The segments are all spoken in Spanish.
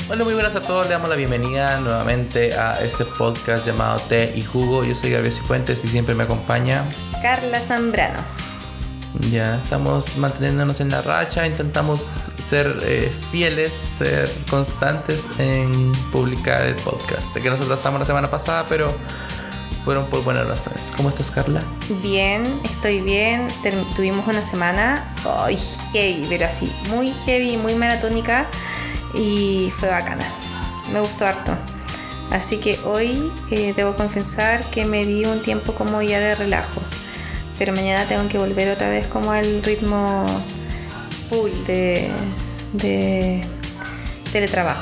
Hola, muy buenas a todos. Le damos la bienvenida nuevamente a este podcast llamado Té y Jugo. Yo soy Gabriel Cifuentes y siempre me acompaña Carla Zambrano. Ya estamos manteniéndonos en la racha. Intentamos ser fieles, ser constantes en publicar el podcast. Sé que nos atrasamos la semana pasada, pero fueron por buenas razones. ¿Cómo estás, Carla? Bien, estoy bien. Tuvimos una semana heavy, pero así, muy heavy, muy maratónica. Y fue bacana, me gustó harto. Así que hoy debo confesar que me di un tiempo como ya de relajo, pero mañana tengo que volver otra vez como al ritmo full de teletrabajo.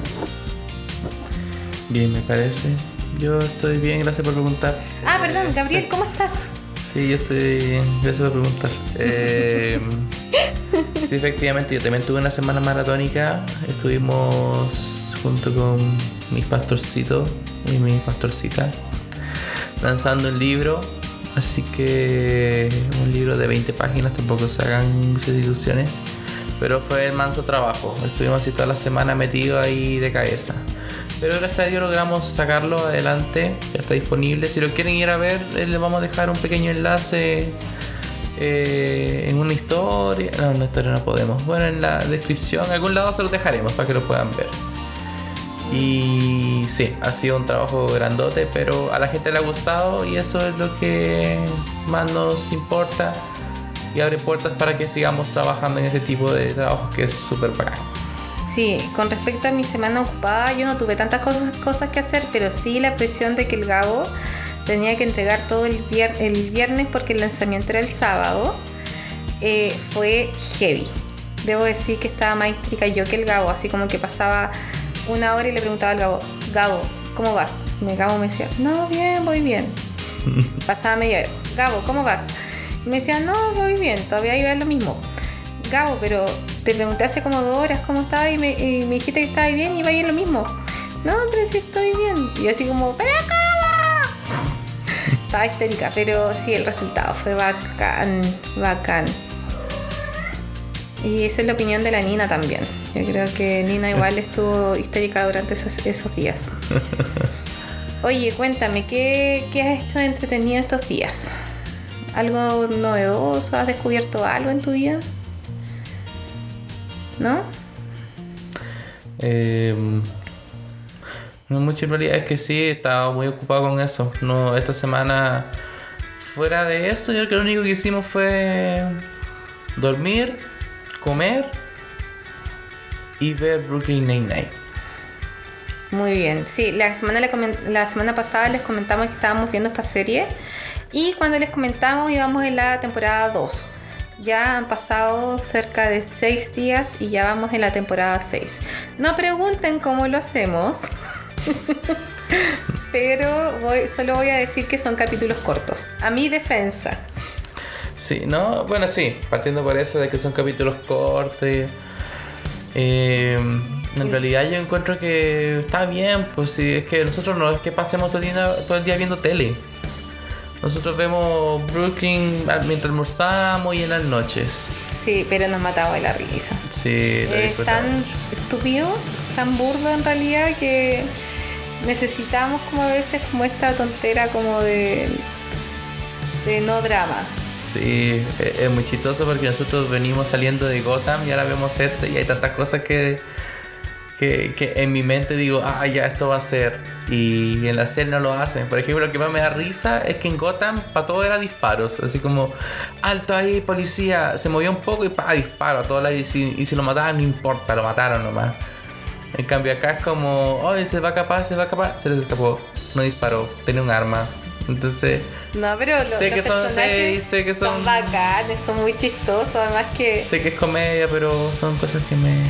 Bien, me parece. Yo estoy bien, gracias por preguntar. Perdón, Gabriel, ¿cómo estás? Sí, yo estoy bien, gracias por preguntar. Sí, efectivamente, yo también tuve una semana maratónica. Estuvimos junto con mis pastorcitos y mi pastorcita lanzando un libro. Así que un libro de 20 páginas, tampoco se hagan muchas ilusiones. Pero fue el manso trabajo. Estuvimos así toda la semana metidos ahí de cabeza. Pero gracias a Dios logramos sacarlo adelante. Ya está disponible. Si lo quieren ir a ver, les vamos a dejar un pequeño enlace en una historia. No, en una historia no podemos. Bueno, en la descripción, en algún lado se los dejaremos para que lo puedan ver. Y sí, ha sido un trabajo grandote, pero a la gente le ha gustado y eso es lo que más nos importa. Y abre puertas para que sigamos trabajando en ese tipo de trabajos que es súper bacán. Sí, con respecto a mi semana ocupada, yo no tuve tantas cosas que hacer, pero sí la presión de que el Gabo tenía que entregar todo el viernes porque el lanzamiento era el sábado. Fue heavy. Debo decir que estaba más histérica yo que el Gabo, así como que pasaba una hora y le preguntaba al Gabo, ¿cómo vas? Y el Gabo me decía, no, bien, voy bien. Pasaba media hora, Gabo, ¿cómo vas? Y me decía, no, voy bien, todavía iba a lo mismo. Gabo, pero te pregunté hace como 2 horas cómo estaba y me dijiste que estaba bien y iba a ir lo mismo. No, pero sí estoy bien. Y yo así como, ¡pero Gabo! Estaba histérica, pero sí, el resultado fue bacán. Y esa es la opinión de la Nina también. Yo creo que Nina igual estuvo histérica durante esos días. Oye, cuéntame, ¿qué has hecho de entretenido estos días? ¿Algo novedoso? ¿Has descubierto algo en tu vida? ¿No? No mucho en realidad, es que sí, estaba muy ocupado con eso. No, esta semana, fuera de eso, yo creo que lo único que hicimos fue dormir, comer y ver Brooklyn Nine-Nine. Muy bien, sí, la semana pasada les comentamos que estábamos viendo esta serie y cuando les comentamos íbamos en la temporada 2. Ya han pasado cerca de 6 días y ya vamos en la temporada 6. No pregunten cómo lo hacemos, pero solo voy a decir que son capítulos cortos. A mi defensa. Sí, ¿no? Bueno, sí, partiendo por eso de que son capítulos cortos. En realidad yo encuentro que está bien, pues sí, es que nosotros no es que pasemos todo el día viendo tele. Nosotros vemos Brooklyn mientras almorzamos y en las noches. Sí, pero nos matamos de la risa. Sí, es tan estúpido, tan burdo en realidad que necesitamos como a veces como esta tontera como de no drama. Sí, es muy chistoso porque nosotros venimos saliendo de Gotham y ahora vemos esto y hay tantas cosas que en mi mente digo, ya esto va a ser, y en la serie no lo hacen. Por ejemplo, lo que más me da risa es que en Gotham para todo era disparos, así como alto ahí, policía, se movía un poco y disparo a todo lado, y si lo mataban no importa, lo mataron nomás. En cambio acá es como, se va a escapar, se les escapó, no disparó, tenía un arma. Entonces no, pero sé que son bacanes, son muy chistosos, además que sé que es comedia, pero son cosas que me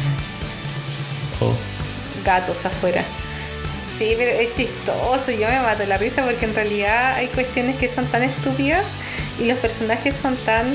gatos afuera. Sí, pero es chistoso, yo me mato la risa porque en realidad hay cuestiones que son tan estúpidas y los personajes son tan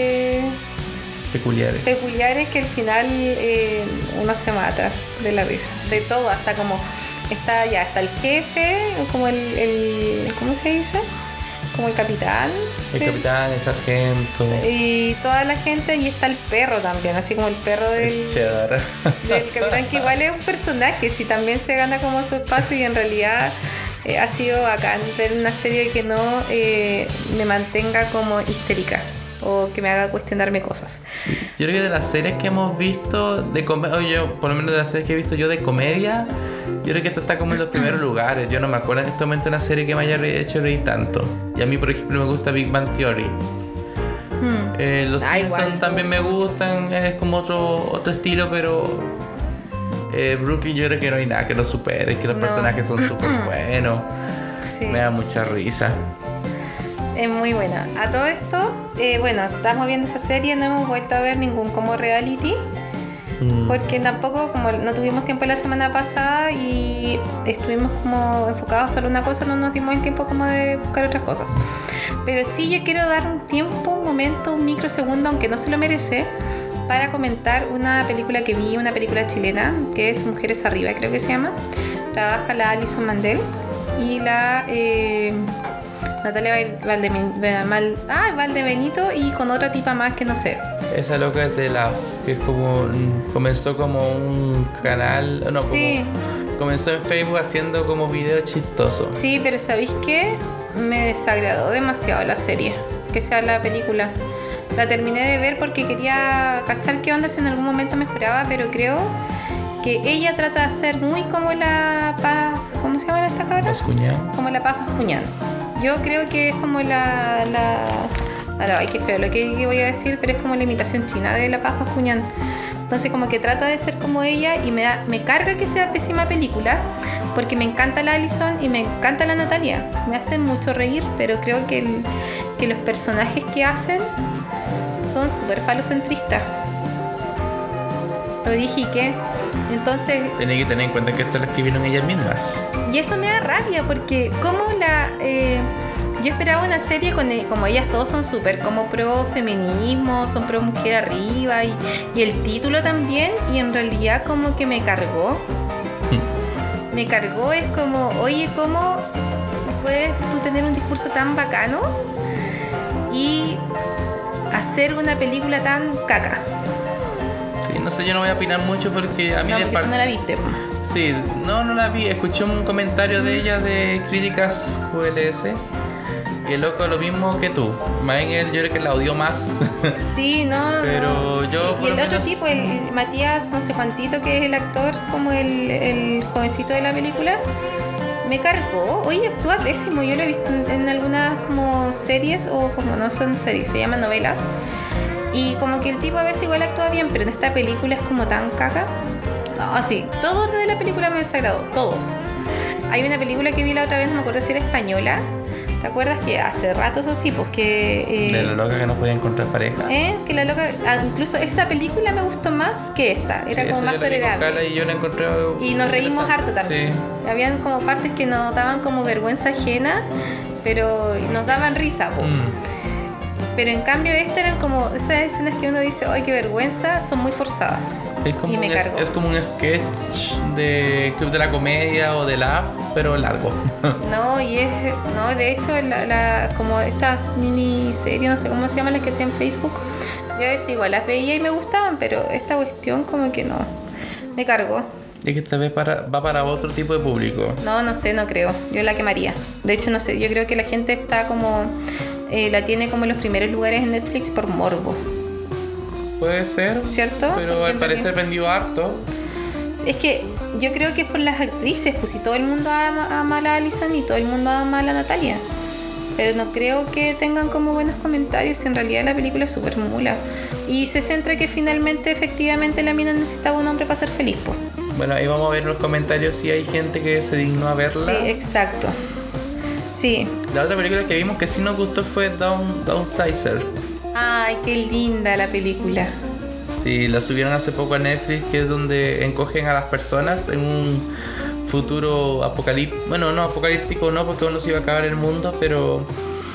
peculiares que al final uno se mata de la risa. De todo, hasta como está el jefe, como el ¿cómo se dice? como el capitán. El capitán, el sargento. Y toda la gente, y está el perro también, así como el perro del Cheddar. del capitán, que igual es un personaje, si también se gana como su espacio, y en realidad ha sido bacán ver una serie que no me mantenga como histérica o que me haga cuestionarme cosas. Sí. Yo creo que de las series que hemos visto de comedia, yo por lo menos de las series que he visto yo de comedia, yo creo que esta está como en los primeros lugares. Yo no me acuerdo en este momento una serie que me haya hecho reír tanto. Y a mí, por ejemplo, me gusta Big Bang Theory. Los Simpsons igual, también me gustan, es como otro estilo, pero Brooklyn yo creo que no hay nada que lo supere, que los personajes son súper buenos. Sí. Me da mucha risa. Es muy buena. A todo esto, bueno, estamos viendo esa serie, no hemos vuelto a ver ningún como reality, porque tampoco, como no tuvimos tiempo la semana pasada y estuvimos como enfocados solo en una cosa, no nos dimos el tiempo como de buscar otras cosas. Pero sí, yo quiero dar un tiempo, un momento, un microsegundo, aunque no se lo merece, para comentar una película que vi, una película chilena, que es Mujeres Arriba, creo que se llama. Trabaja la Alison Mandel y la Natalia Valdebenito, y con otra tipa más que no sé. Esa loca es de la... que es como... comenzó como un canal... No, sí. Como, comenzó en Facebook haciendo como videos chistosos. Sí, pero ¿sabéis qué? Me desagradó demasiado la serie, que sea la película. La terminé de ver porque quería cachar qué onda si en algún momento mejoraba, pero creo que ella trata de hacer muy como la Paz... ¿Cómo se llama esta cabra? Bascuñán. Como la Paz Bascuñán. Yo creo que es como ay, qué feo lo que voy a decir, pero es como la imitación china de la Paz Bascuñán. Entonces como que trata de ser como ella, y me carga que sea pésima película, porque me encanta la Alison y me encanta la Natalia. Me hacen mucho reír, pero creo que los personajes que hacen son súper falocentristas. Lo dije, ¿y qué? Entonces... Tenía que tener en cuenta que esto lo escribieron ellas mismas. Y eso me da rabia, porque como yo esperaba una serie como ellas todos son súper como pro feminismo, son pro mujer arriba, y el título también, y en realidad como que me cargó. Me cargó, es como, oye, ¿cómo puedes tú tener un discurso tan bacano y hacer una película tan caca? Sí, no sé, yo no voy a opinar mucho porque a mí... No, porque tú no la viste. Sí, no la vi. Escuché un comentario de ella de Críticas QLS y el loco lo mismo que tú. Más bien él, yo creo que la odió más. Sí, no. Pero yo... Y el otro tipo, el Matías no sé cuantito, que es el actor, como el jovencito de la película, me cargó. Oye, actúa pésimo. Yo lo he visto en algunas como series, o como no son series, se llaman novelas. Y como que el tipo a veces igual actúa bien, pero en esta película es como tan caca. No, sí, todo de la película me desagradó, todo. Hay una película que vi la otra vez, no me acuerdo si era española. ¿Te acuerdas que hace rato, eso sí, pues que... de la loca que no podía encontrar pareja. Que la loca... incluso esa película me gustó más que esta. Era sí, como más tolerable. Y yo la encontré... Y nos reímos harto también. Sí. Habían como partes que nos daban como vergüenza ajena, pero nos daban risa, pues. Pero en cambio estas eran como esas escenas que uno dice, ¡ay, qué vergüenza! Son muy forzadas. Es como, y me cargó. Es como un sketch de Club de la Comedia o de Laugh, pero largo. No, de hecho, como estas miniseries, no sé cómo se llaman, las que hacían en Facebook, yo a veces igual las veía y me gustaban, pero esta cuestión como que no, me cargó. Y que esta vez va para otro tipo de público. No sé, no creo. Yo la quemaría. De hecho, no sé, yo creo que la gente está como... la tiene como en los primeros lugares en Netflix por morbo. Puede ser, ¿cierto? Pero porque al parecer vendió harto. Es que yo creo que es por las actrices, pues si todo el mundo ama a la Alison y todo el mundo ama a la Natalia. Pero no creo que tengan como buenos comentarios, en realidad la película es súper mula. Y se centra que finalmente, efectivamente, la mina necesitaba un hombre para ser feliz, pues. Bueno, ahí vamos a ver en los comentarios si hay gente que se dignó a verla. Sí, exacto. Sí. La otra película que vimos que sí nos gustó fue Downsizer. Ay, qué linda la película. Sí, la subieron hace poco a Netflix, que es donde encogen a las personas en un futuro apocalíptico. Bueno, no apocalíptico, no, porque aún no se iba a acabar el mundo, pero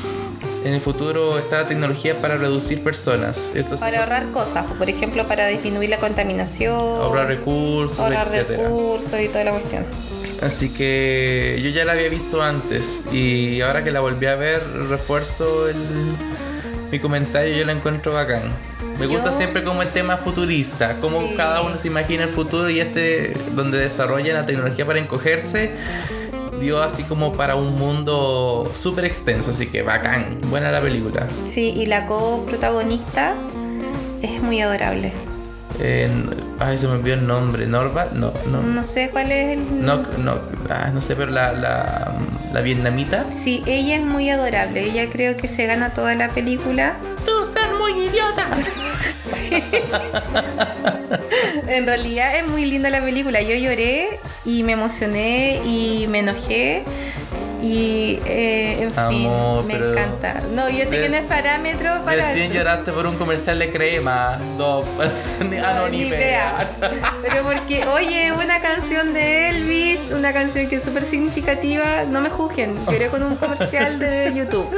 en el futuro está la tecnología para reducir personas. Entonces, para ahorrar cosas, por ejemplo, para disminuir la contaminación, ahorrar recursos, ahorrar etcétera. recursos y toda la cuestión. Así que yo ya la había visto antes y ahora que la volví a ver refuerzo mi comentario. Yo la encuentro bacán. Me gusta siempre como el tema futurista, como Sí. cada uno se imagina el futuro y donde desarrolla la tecnología para encogerse, dio así como para un mundo súper extenso, así que bacán, buena la película. Sí, y la coprotagonista es muy adorable. Ay, se me olvidó el nombre, Norval, no. No sé cuál es el... No sé, pero la vietnamita. Sí, ella es muy adorable. Ella creo que se gana toda la película. Tú son muy idiotas. Sí. En realidad es muy linda la película. Yo lloré y me emocioné y me enojé. Y en Amor, fin, me pero encanta. No, yo sé que no es parámetro para... Recién lloraste por un comercial de crema. No, Ni idea. Pero porque, oye, una canción de Elvis, una canción que es súper significativa, no me juzguen, lloré con un comercial de YouTube.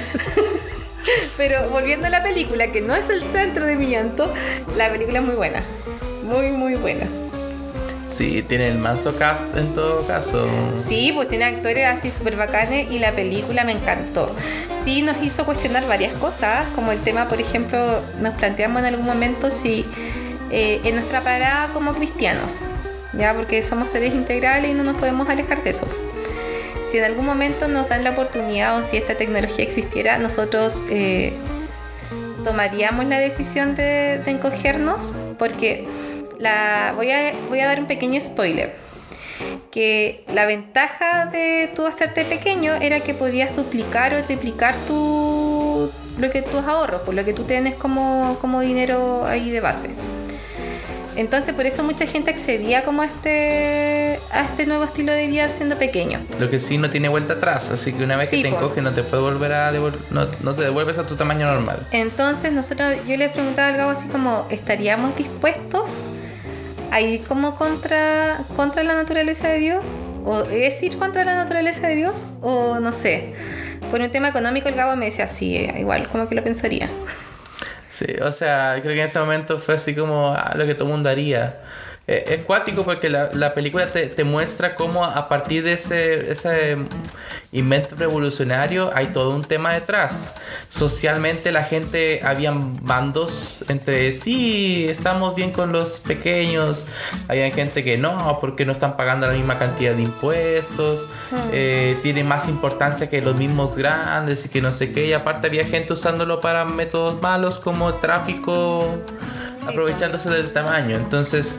Pero volviendo a la película, que no es el centro de mi llanto, la película es muy buena. Muy, muy buena. Sí, tiene el manso cast en todo caso. Sí, pues tiene actores así súper bacanes y la película me encantó. Sí, nos hizo cuestionar varias cosas, como el tema, por ejemplo, nos planteamos en algún momento si en nuestra parada como cristianos, ya, porque somos seres integrales y no nos podemos alejar de eso. Si en algún momento nos dan la oportunidad o si esta tecnología existiera, nosotros tomaríamos la decisión de encogernos, porque voy a dar un pequeño spoiler, que la ventaja de tú hacerte pequeño era que podías duplicar o triplicar tus ahorros, por lo que tú tienes como dinero ahí de base. Entonces por eso mucha gente accedía como a este nuevo estilo de vida siendo pequeño. Lo que sí no tiene vuelta atrás, así que una vez Sí, que te encoges no te puedes volver a no te devuelves a tu tamaño normal. Entonces yo les preguntaba al Gabo así como, ¿estaríamos dispuestos a ir como contra la naturaleza de Dios? ¿O es ir contra la naturaleza de Dios? O no sé. Por un tema económico el Gabo me decía, sí, igual como que lo pensaría. Sí, o sea, creo que en ese momento fue así como lo que todo el mundo haría. Es cuático porque la película te muestra cómo a partir de ese invento revolucionario hay todo un tema detrás. Socialmente la gente, habían bandos entre sí, estamos bien con los pequeños, había gente que no, porque no están pagando la misma cantidad de impuestos, tiene más importancia que los mismos grandes y que no sé qué, y aparte había gente usándolo para métodos malos como tráfico, aprovechándose del tamaño. Entonces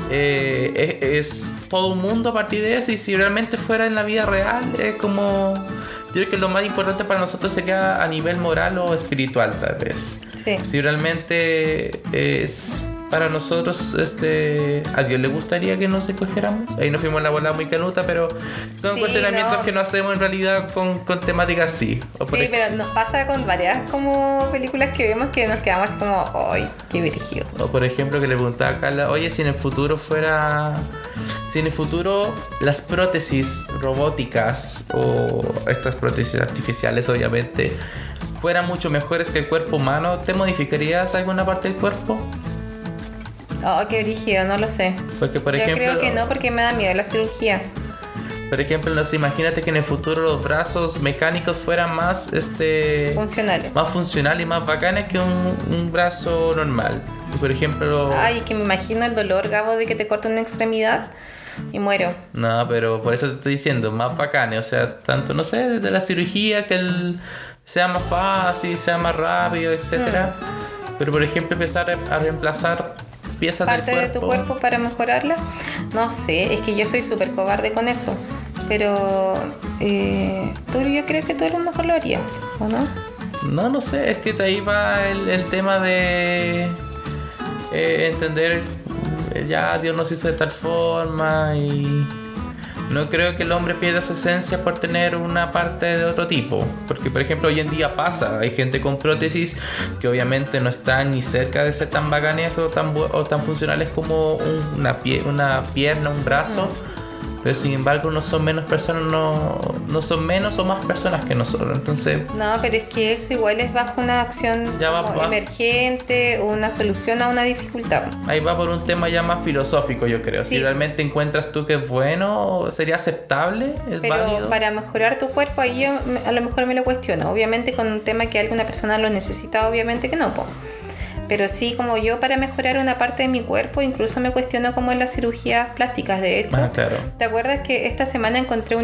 es todo un mundo a partir de eso, y si realmente fuera en la vida real es como, yo creo que lo más importante para nosotros sería a nivel moral o espiritual tal vez. Sí. Si realmente es para nosotros, a Dios le gustaría que nos escogiéramos. Ahí nos fuimos en la bola muy canuta, pero son Sí, cuestionamientos no. que no hacemos en realidad con temáticas así. Sí, pero nos pasa con varias como películas que vemos que nos quedamos así como, ¡ay, qué brígido! O por ejemplo que le preguntaba a Carla, oye, si en el futuro las prótesis robóticas o estas prótesis artificiales obviamente fueran mucho mejores que el cuerpo humano, ¿te modificarías alguna parte del cuerpo? Oh, qué brígido, no lo sé. Porque por Yo ejemplo, creo que no, porque me da miedo la cirugía. por ejemplo, no sé, imagínate que en el futuro los brazos mecánicos fueran más Funcionales. más funcionales y más bacanes que un brazo normal. Y por ejemplo, Ay, que me imagino el dolor, Gabo, de que te corten una extremidad y muero. no, pero por eso te estoy diciendo, más bacanes, o sea, tanto, no sé, desde la cirugía, que sea más fácil, sea más rápido, etcétera. Pero por ejemplo, empezar a reemplazar piezas Parte del de tu cuerpo para mejorarla. No sé, es que yo soy súper cobarde con eso. Pero yo creo que tú a lo mejor lo harías, ¿o no? No sé, es que de ahí va el tema de entender, ya Dios nos hizo de tal forma y no creo que el hombre pierda su esencia por tener una parte de otro tipo. Porque por ejemplo hoy en día pasa, hay gente con prótesis que obviamente no están ni cerca de ser tan bacanes o tan funcionales como una pierna, un brazo. Pero sin embargo no son menos personas, no son menos o más personas que nosotros. Entonces, No, pero es que eso igual es bajo una acción Ya va- como va. emergente o una solución a una dificultad. ahí va por un tema ya más filosófico, yo creo. Sí. Si realmente encuentras tú que es bueno, sería aceptable, es Pero válido. para mejorar tu cuerpo, ahí yo a lo mejor me lo cuestiono. Obviamente con un tema que alguna persona lo necesita, obviamente que no, po. Pero sí, como yo para mejorar una parte de mi cuerpo, incluso me cuestiono como en las cirugías plásticas. De hecho, Ah, claro. ¿te acuerdas que esta semana encontré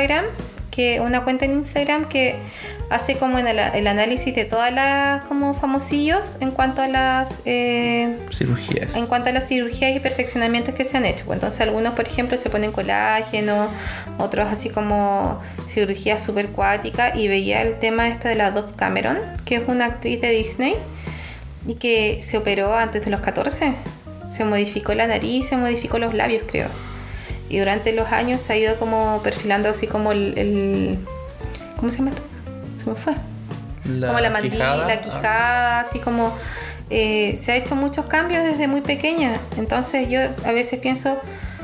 una cuenta en Instagram que hace como el análisis de todas las como famosillos en cuanto a las Cirugías. en cuanto a las cirugías y perfeccionamientos que se han hecho? Pues entonces algunos, por ejemplo, se ponen colágeno, otros así como cirugías super cuáticas, y veía el tema de la Dove Cameron, que es una actriz de Disney y que se operó antes de los 14. Se modificó la nariz, se modificó los labios, creo. Y durante los años se ha ido como perfilando así como ¿cómo se llama esto? Se me fue. Como la mandíbula, la quijada, así como se ha hecho muchos cambios desde muy pequeña. Entonces yo a veces pienso,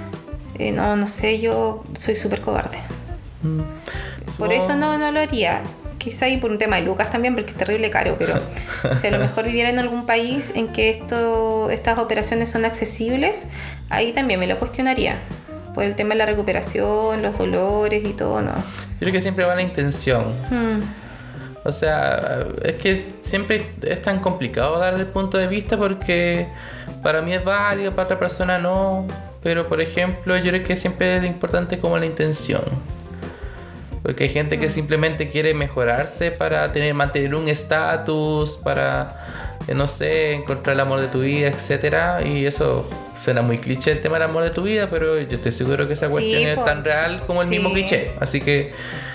no sé, yo soy súper cobarde. Por eso no lo haría. Quizá y por un tema de lucas también, porque es terrible caro, pero si a lo mejor viviera en algún país en que estas operaciones son accesibles, ahí también me lo cuestionaría. Por el tema de la recuperación, los dolores y todo, ¿no? Yo creo que siempre va la intención. O sea, es que siempre es tan complicado dar el punto de vista porque para mí es válido, para otra persona no. Pero por ejemplo, yo creo que siempre es importante como la intención. Porque hay gente que simplemente quiere mejorarse para mantener un estatus, para, no sé, encontrar el amor de tu vida, etcétera. Y eso suena muy cliché, el tema del amor de tu vida, pero yo estoy seguro que esa cuestión es tan real como el mismo cliché. Así que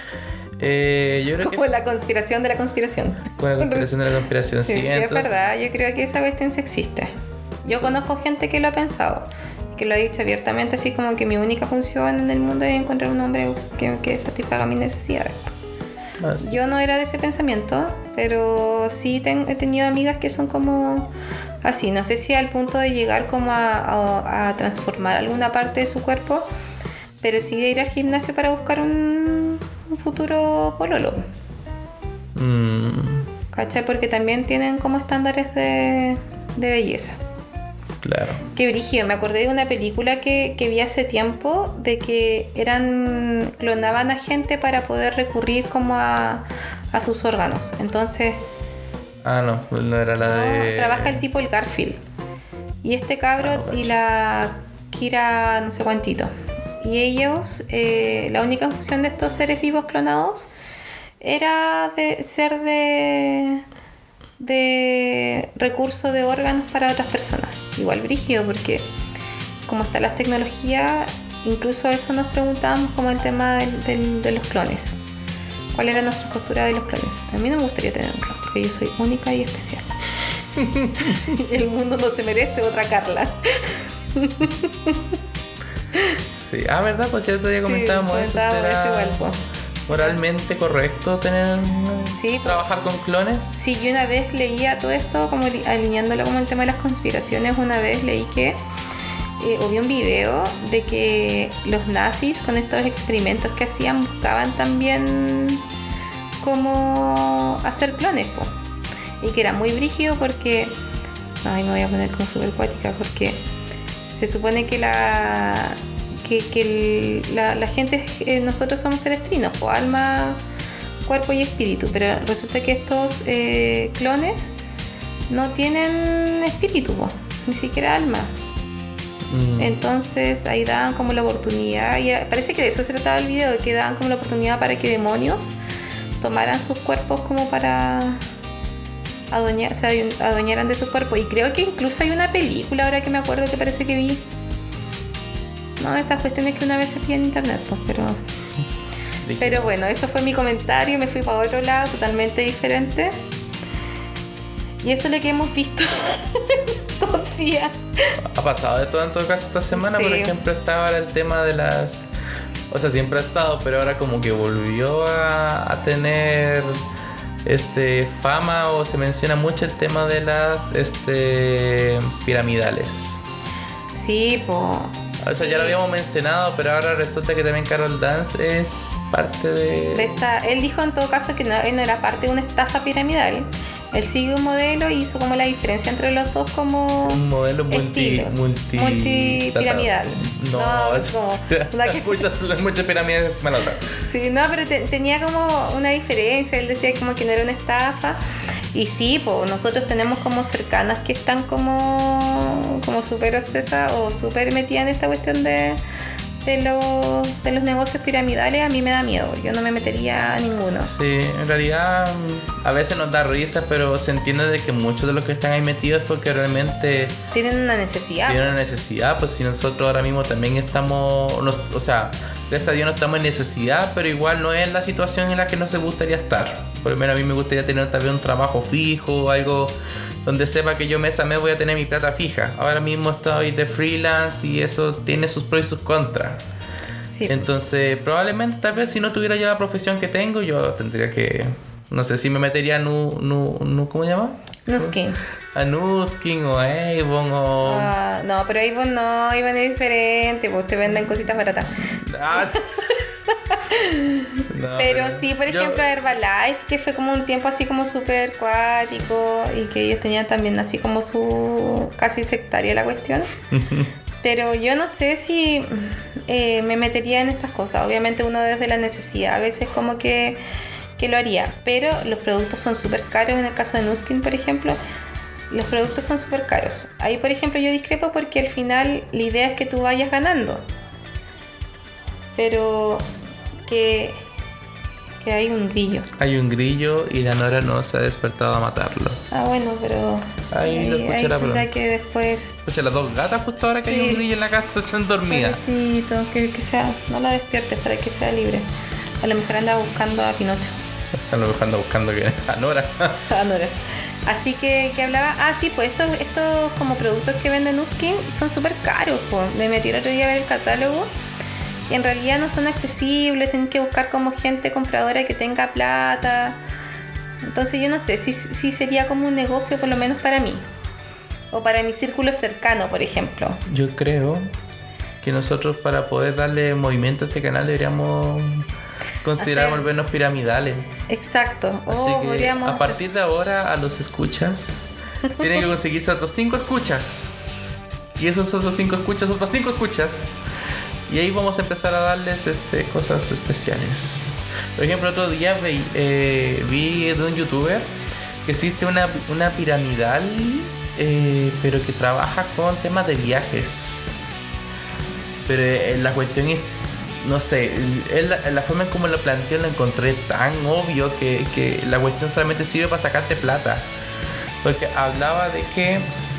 yo creo como la conspiración de la conspiración. Como la conspiración de la conspiración, sí. Es verdad, yo creo que esa cuestión sí existe. Yo conozco gente que lo ha pensado, que lo ha dicho abiertamente, así como que mi única función en el mundo es encontrar un hombre que satisfaga mis necesidades. Sí. Yo no era de ese pensamiento, pero sí he tenido amigas que son como así. No sé si al punto de llegar como a transformar alguna parte de su cuerpo, pero sí de ir al gimnasio para buscar un futuro pololo. ¿Cachai? Porque también tienen como estándares de belleza. Claro. Qué brígido, me acordé de una película que vi hace tiempo, de que clonaban a gente para poder recurrir como a sus órganos. Entonces No era la de... trabaja el tipo, el Garfield, y este cabro y la Kira no sé cuántito, y ellos, la única función de estos seres vivos clonados era de ser de recurso de órganos para otras personas. Igual brígido, porque como están las tecnologías, incluso eso nos preguntábamos, como el tema de los clones. ¿Cuál era nuestra postura de los clones? A mí no me gustaría tener un clon, porque yo soy única y especial. El mundo no se merece otra Carla. Sí, verdad, pues el otro día comentábamos eso. Eso igual, pues. ¿Moralmente correcto trabajar con clones? Sí, yo una vez leía todo esto, como alineándolo como el tema de las conspiraciones. Una vez leí que o vi un video de que los nazis, con estos experimentos que hacían, buscaban también cómo hacer clones, po. Y que era muy brígido porque... Ay, me voy a poner como súper cuática, porque se supone que la gente, nosotros somos seres trinos, po, alma, cuerpo y espíritu, pero resulta que estos clones no tienen espíritu, po, ni siquiera alma. Entonces ahí daban como la oportunidad, y parece que de eso se trataba el video, de que daban como la oportunidad para que demonios tomaran sus cuerpos como para se adueñaran de su cuerpo. Y creo que incluso hay una película, ahora que me acuerdo, que parece que vi, no, de estas cuestiones que una vez se pide en internet, pues, pero bueno, eso fue mi comentario. Me fui para otro lado totalmente diferente, y eso es lo que hemos visto estos días. Ha pasado de todo en todo caso esta semana. Sí. Por ejemplo, estaba ahora el tema de las... O sea, siempre ha estado, pero ahora como que volvió a tener fama, o se menciona mucho el tema de las piramidales. Sí, pues. O sea, ya lo habíamos mencionado, pero ahora resulta que también Carol Dance es parte de esta. Él dijo en todo caso que él no era parte de una estafa piramidal. Él sigue un modelo y hizo como la diferencia entre los dos como un modelo multipiramidal. No, es como muchas pirámides malotas. Sí, no, pero tenía como una diferencia. Él decía como que no era una estafa. Y sí, pues nosotros tenemos como cercanas que están como súper obsesas o súper metidas en esta cuestión de los negocios piramidales. A mí me da miedo, yo no me metería a ninguno. Sí, en realidad a veces nos da risa, pero se entiende de que muchos de los que están ahí metidos es porque realmente tienen una necesidad. Pues si nosotros ahora mismo también estamos, o sea, gracias a Dios no estamos en necesidad, pero igual no es la situación en la que nos gustaría estar. Por lo menos a mí me gustaría tener tal vez un trabajo fijo, algo donde sepa que yo mes a mes voy a tener mi plata fija. Ahora mismo estoy de freelance y eso tiene sus pros y sus contras. Sí. Entonces, probablemente tal vez si no tuviera ya la profesión que tengo, yo tendría que, no sé si me metería a ¿cómo se llama? Nuskin. A Nuskin o a Avon o... no, pero Avon no, Avon es diferente, pues te venden cositas baratas. No, pero sí, por ejemplo, Herbalife, que fue como un tiempo así como súper cuático y que ellos tenían también así como su casi sectaria la cuestión. Pero yo no sé si me metería en estas cosas. Obviamente uno desde la necesidad a veces como que lo haría, pero los productos son súper caros. En el caso de Nuskin, por ejemplo, los productos son súper caros. Ahí, por ejemplo, yo discrepo porque al final la idea es que tú vayas ganando, pero que hay un grillo. Hay un grillo y la Nora no se ha despertado a matarlo. Bueno, pero ahí lo escuchará pronto. Que después... Escucha, las dos gatas justo ahora que hay un grillo en la casa están dormidas. Pobrecito, que sea, no la despiertes para que sea libre. A lo mejor anda buscando a Pinocho. Anda buscando a Nora. A Nora. Así que hablaba... sí, pues estos como productos que venden Nuskin son súper caros, pues. Me metí el otro día a ver el catálogo. Y en realidad no son accesibles, tienen que buscar como gente compradora que tenga plata. Entonces yo no sé si sería como un negocio, por lo menos para mí. O para mi círculo cercano, por ejemplo. Yo creo que nosotros, para poder darle movimiento a este canal, deberíamos considerar volvernos piramidales. Exacto. Así que a partir de ahora, a los escuchas tienen que conseguirse otros 5 escuchas. Y esos otros 5 escuchas, otros 5 escuchas. Y ahí vamos a empezar a darles cosas especiales. Por ejemplo, otro día vi de un youtuber que existe una piramidal, pero que trabaja con temas de viajes. Pero la cuestión es, no sé, la forma en cómo lo planteó lo encontré tan obvio que la cuestión solamente sirve para sacarte plata. Porque hablaba de que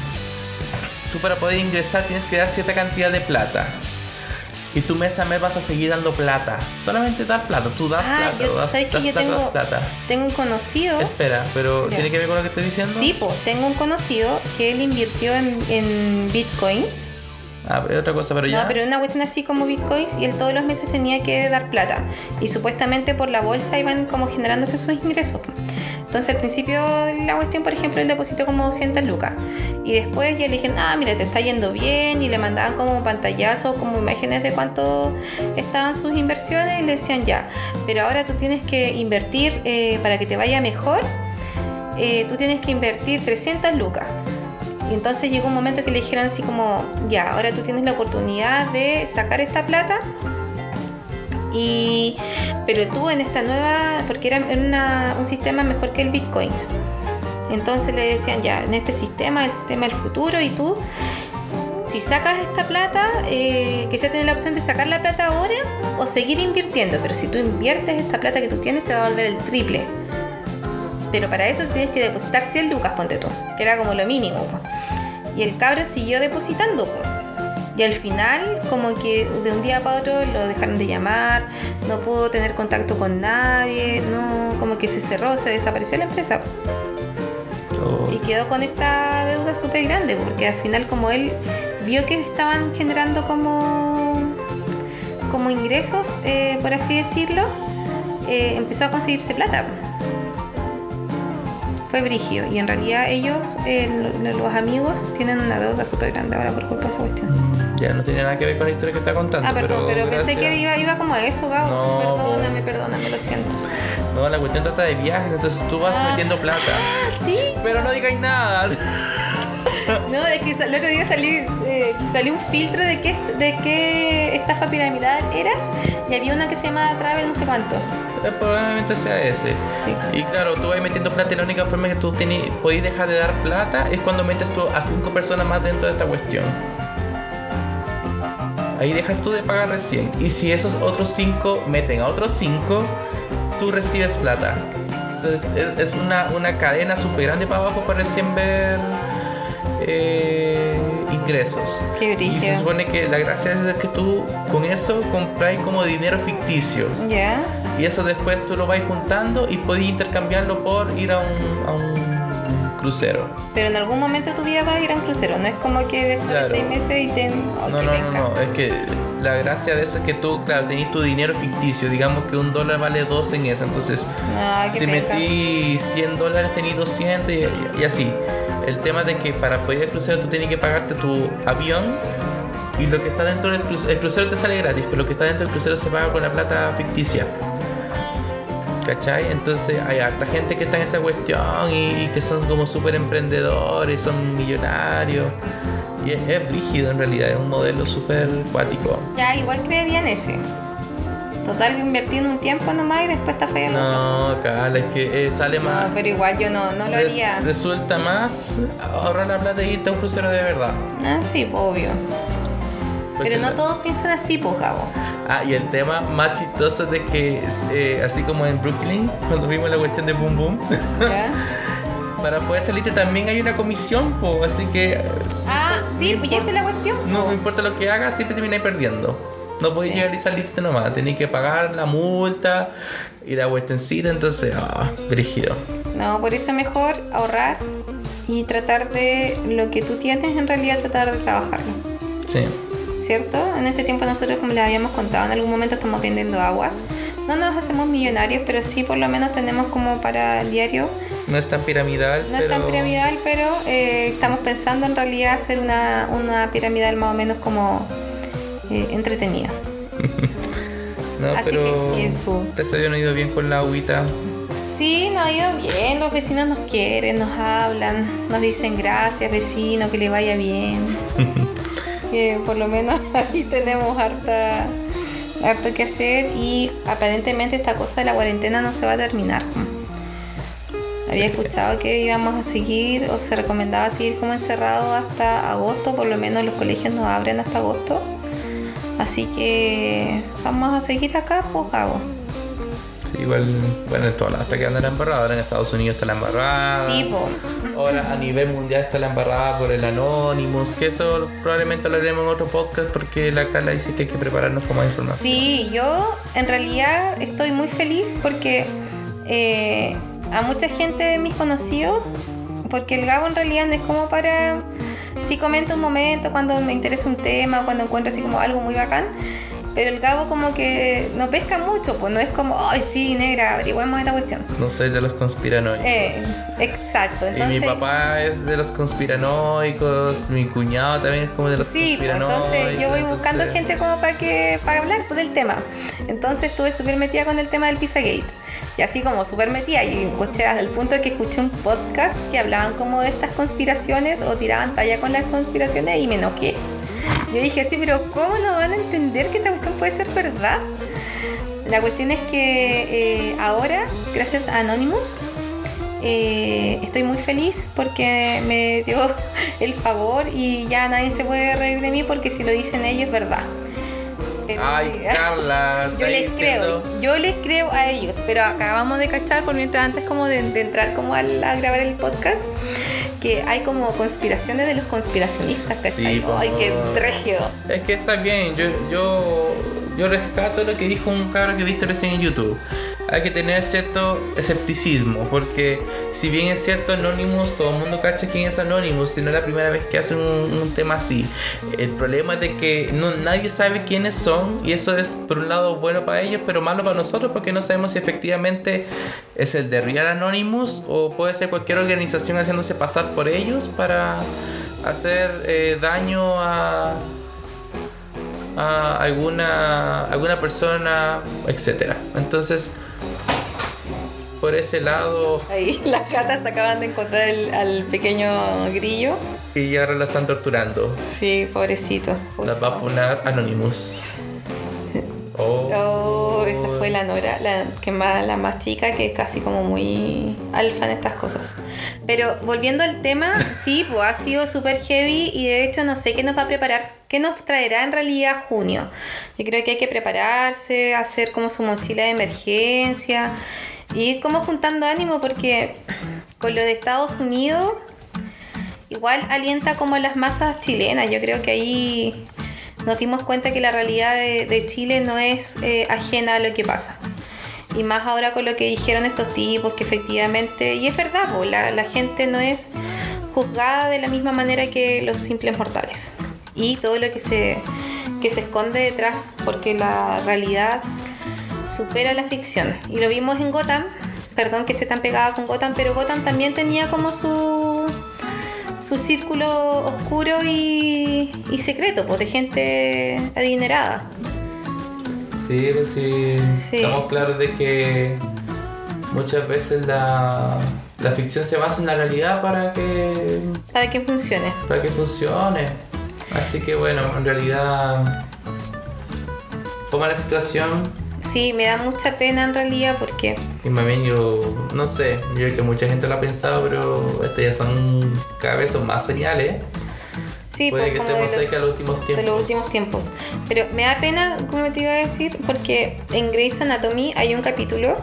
tú, para poder ingresar, tienes que dar cierta cantidad de plata. Y tú mes a mes vas a seguir dando plata. Solamente dar plata. Tú das plata. ¿Sabes que yo tengo un conocido? Espera, pero ¿tiene que ver con lo que estoy diciendo? Sí, pues tengo un conocido que él invirtió en bitcoins. Es otra cosa, pero ya. No, pero una cuestión así como bitcoins, y él todos los meses tenía que dar plata. Y supuestamente por la bolsa iban como generándose sus ingresos. Entonces al principio de la cuestión, por ejemplo, él depositó como 200 lucas. Y después ya le dijeron, mira, te está yendo bien. Y le mandaban como pantallazos, como imágenes de cuánto estaban sus inversiones. Y le decían, ya, pero ahora tú tienes que invertir para que te vaya mejor. Tú tienes que invertir 300 lucas. Y entonces llegó un momento que le dijeron así como, ya, ahora tú tienes la oportunidad de sacar esta plata. Pero tú en esta nueva, porque era un sistema mejor que el Bitcoins. Entonces le decían, ya, en este sistema, el sistema del futuro, y tú, si sacas esta plata, que se tiene la opción de sacar la plata ahora o seguir invirtiendo. Pero si tú inviertes esta plata que tú tienes, se va a volver el triple. Pero para eso tienes que depositar 100 lucas, ponte tú, que era como lo mínimo. Y el cabro siguió depositando. Y al final, como que de un día para otro lo dejaron de llamar, no pudo tener contacto con nadie, no, como que se cerró, se desapareció la empresa. Y quedó con esta deuda súper grande, porque al final, como él vio que estaban generando como ingresos, por así decirlo, empezó a conseguirse plata. Fue brígido. Y en realidad ellos, los amigos, tienen una deuda súper grande ahora por culpa de esa cuestión. Ya no tiene nada que ver con la historia que está contando. Perdón, pero pensé que iba como a eso, Gabo. No, Perdóname, lo siento. No, la cuestión trata de viajes, entonces tú vas metiendo plata. ¿Sí? Pero no digáis nada. No, es que el otro día salió un filtro de qué estafa piramidal eras, y había una que se llama Travel no sé cuánto. Probablemente sea ese. Sí. Y claro, tú vas metiendo plata y la única forma que tú podés dejar de dar plata es cuando metes tú a 5 personas más dentro de esta cuestión. Ahí dejas tú de pagar recién. Y si esos otros 5 meten a otros 5, tú recibes plata. Entonces es una cadena súper grande para abajo para recién ver ingresos. Qué brillo. Y se supone que la gracia es que tú con eso compráis como dinero ficticio. Ya. Yeah. Y eso después tú lo vais juntando y podéis intercambiarlo por ir a un crucero. Pero en algún momento de tu vida vas a ir a un crucero. No es como que después de 6 meses y No. Es que la gracia de eso es que tú, claro, tenés tu dinero ficticio. Digamos que $1 vale 2 en esa. Entonces, si metí $100, tenés 200 y así. El tema de que para poder ir al crucero tú tienes que pagarte tu avión. Y lo que está dentro del crucero, el crucero te sale gratis, pero lo que está dentro del crucero se paga con la plata ficticia. ¿Cachai? Entonces hay harta gente que está en esta cuestión y que son como súper emprendedores, son millonarios. Y es rígido en realidad, es un modelo súper cuático. Ya, igual creería en ese. Total, invertí en un tiempo nomás y después está fallando. No, cala, es que sale más. No, pero igual yo no lo haría. Resulta más ahorrar la plata y irte a un crucero de verdad. Ah, sí, obvio. Pero no todos piensan así, pues, Gabo. Y el tema más chistoso de que, así como en Brooklyn, cuando vimos la cuestión de Boom Boom, ¿ya? Para poder salirte también hay una comisión, po, así que... sí, pues esa es la cuestión. No importa lo que hagas, siempre termináis perdiendo. No podéis llegar y salirte nomás, tenéis que pagar la multa y la cuestioncita, entonces, brígido. No, por eso es mejor ahorrar y tratar de lo que tú tienes, en realidad tratar de trabajarlo. Sí. ¿Cierto? En este tiempo nosotros, como les habíamos contado, en algún momento estamos vendiendo aguas. No nos hacemos millonarios, pero sí por lo menos tenemos como para el diario. No es tan piramidal, pero estamos pensando en realidad hacer una piramidal más o menos como entretenida. No, así pero que eso. Gracias a Dios no ha ido bien con la agüita. Sí, nos ha ido bien, los vecinos nos quieren, nos hablan, nos dicen gracias vecino, que le vaya bien. Que por lo menos ahí tenemos harto que hacer y aparentemente esta cosa de la cuarentena no se va a terminar. Había escuchado que íbamos a seguir o se recomendaba seguir como encerrado hasta agosto, por lo menos los colegios no abren hasta agosto. Así que vamos a seguir acá, pues, Gabo. Sí, igual, bueno, en todas las hasta que andan la embarrada. Ahora en Estados Unidos está la embarrada. Sí, pues. Ahora a nivel mundial está la embarrada por el Anonymous, que eso probablemente lo haremos en otro podcast porque la Carla dice que hay que prepararnos con más información. Sí, yo en realidad estoy muy feliz porque a mucha gente de mis conocidos, porque el Gabo en realidad no es como para... Sí comenta un momento cuando me interesa un tema, cuando encuentro así como algo muy bacán, pero el Gabo como que no pesca mucho, pues no es como, ay sí, negra, averigüemos esta cuestión. No soy de los conspiranoicos. Exacto. Entonces, y mi papá es de los conspiranoicos, mi cuñado también es como de los conspiranoicos. Sí, entonces yo voy buscando gente como para hablar del tema. Entonces estuve súper metida con el tema del Pizzagate. Y así como súper metida, y escuché hasta el punto de que escuché un podcast que hablaban como de estas conspiraciones o tiraban talla con las conspiraciones y me enojé. Yo dije, sí, pero ¿cómo no van a entender que esta cuestión puede ser verdad? La cuestión es que ahora, gracias a Anonymous, estoy muy feliz porque me dio el favor y ya nadie se puede reír de mí porque si lo dicen ellos es verdad. Pero ay, sí. Carla, yo les creo a ellos, pero acabamos de cachar por mientras antes como de entrar como a grabar el podcast que hay como conspiraciones de los conspiracionistas, ¿cachai? Sí, ay, qué regio. Es que está bien, yo yo rescato lo que dijo un cabro que viste recién en YouTube. Hay que tener cierto escepticismo, porque si bien es cierto Anonymous, todo el mundo cacha quién es Anonymous, si no es la primera vez que hacen un tema así. El problema es de que nadie sabe quiénes son, y eso es por un lado bueno para ellos, pero malo para nosotros, porque no sabemos si efectivamente es el de Real Anonymous o puede ser cualquier organización haciéndose pasar por ellos para hacer daño a alguna persona, etcétera. Entonces, por ese lado, ahí las gatas acaban de encontrar al pequeño grillo y ahora la están torturando. Sí, pobrecito. Las va a funar Anonymous. Esa fue la Nora, la más chica, que es casi como muy alfa en estas cosas. Pero volviendo al tema, sí, pues ha sido súper heavy, y de hecho no sé qué nos va a preparar, qué nos traerá en realidad junio. Yo creo que hay que prepararse, hacer como su mochila de emergencia y ir como juntando ánimo, porque con lo de Estados Unidos igual alienta como a las masas chilenas. Yo creo que ahí nos dimos cuenta que la realidad de Chile no es ajena a lo que pasa. Y más ahora con lo que dijeron estos tipos, que efectivamente, y es verdad, la gente no es juzgada de la misma manera que los simples mortales. Y todo lo que se esconde detrás, porque la realidad supera la ficción. Y lo vimos en Gotham, perdón que esté tan pegada con Gotham, pero Gotham también tenía como su círculo oscuro y secreto, pues, de gente adinerada. Sí, pues sí. Estamos claros de que muchas veces la ficción se basa en la realidad para que funcione. Así que bueno, en realidad, toma la situación. Sí, me da mucha pena en realidad, porque... Y más bien yo, no sé, yo creo que mucha gente lo ha pensado, pero estas ya son, cada vez son más señales. Sí, puede pues, que como estemos cerca de los últimos tiempos. Pero me da pena, como te iba a decir, porque en Grey's Anatomy hay un capítulo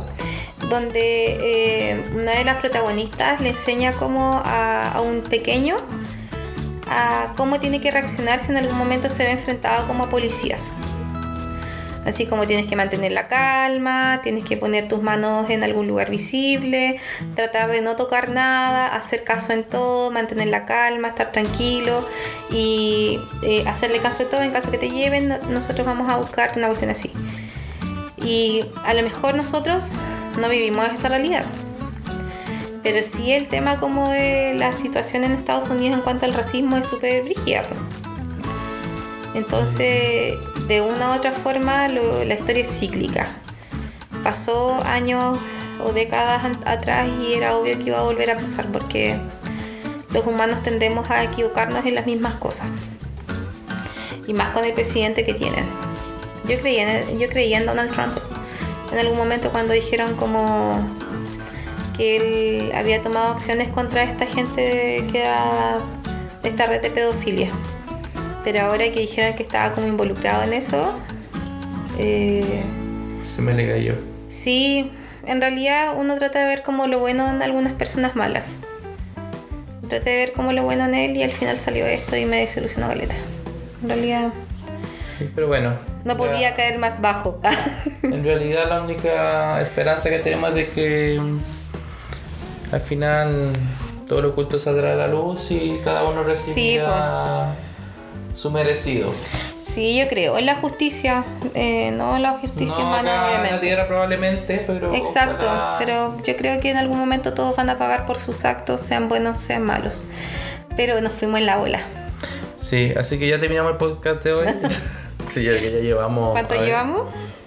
donde una de las protagonistas le enseña como a un pequeño a cómo tiene que reaccionar si en algún momento se ve enfrentado como a policías. Así como tienes que mantener la calma, tienes que poner tus manos en algún lugar visible, tratar de no tocar nada, hacer caso en todo, mantener la calma, estar tranquilo y hacerle caso de todo. En caso que te lleven, nosotros vamos a buscarte, una cuestión así. Y a lo mejor nosotros no vivimos esa realidad, pero sí el tema como de la situación en Estados Unidos en cuanto al racismo es súper brígida. Entonces, de una u otra forma, la historia es cíclica. Pasó años o décadas atrás y era obvio que iba a volver a pasar, porque los humanos tendemos a equivocarnos en las mismas cosas. Y más con el presidente que tienen. Yo creía en Donald Trump en algún momento, cuando dijeron como que él había tomado acciones contra esta gente que era esta red de pedofilia. Pero ahora que dijeron que estaba como involucrado en eso, se me le cayó. Sí, en realidad uno trata de ver como lo bueno en algunas personas malas. Traté de ver como lo bueno en él y al final salió esto y me desilusionó caleta. En realidad... Sí, pero bueno. No podía caer más bajo. En realidad la única esperanza que tenemos es de que al final todo lo oculto saldrá a la luz y cada uno recibirá su merecido. Sí, yo creo en la justicia, no la justicia humana, obviamente. En la tierra probablemente, pero... Exacto, pero yo creo que en algún momento todos van a pagar por sus actos, sean buenos, sean malos. Pero nos fuimos en la ola. Sí, así que ya terminamos el podcast de hoy. Sí, yo creo que ya llevamos... ¿Cuánto llevamos?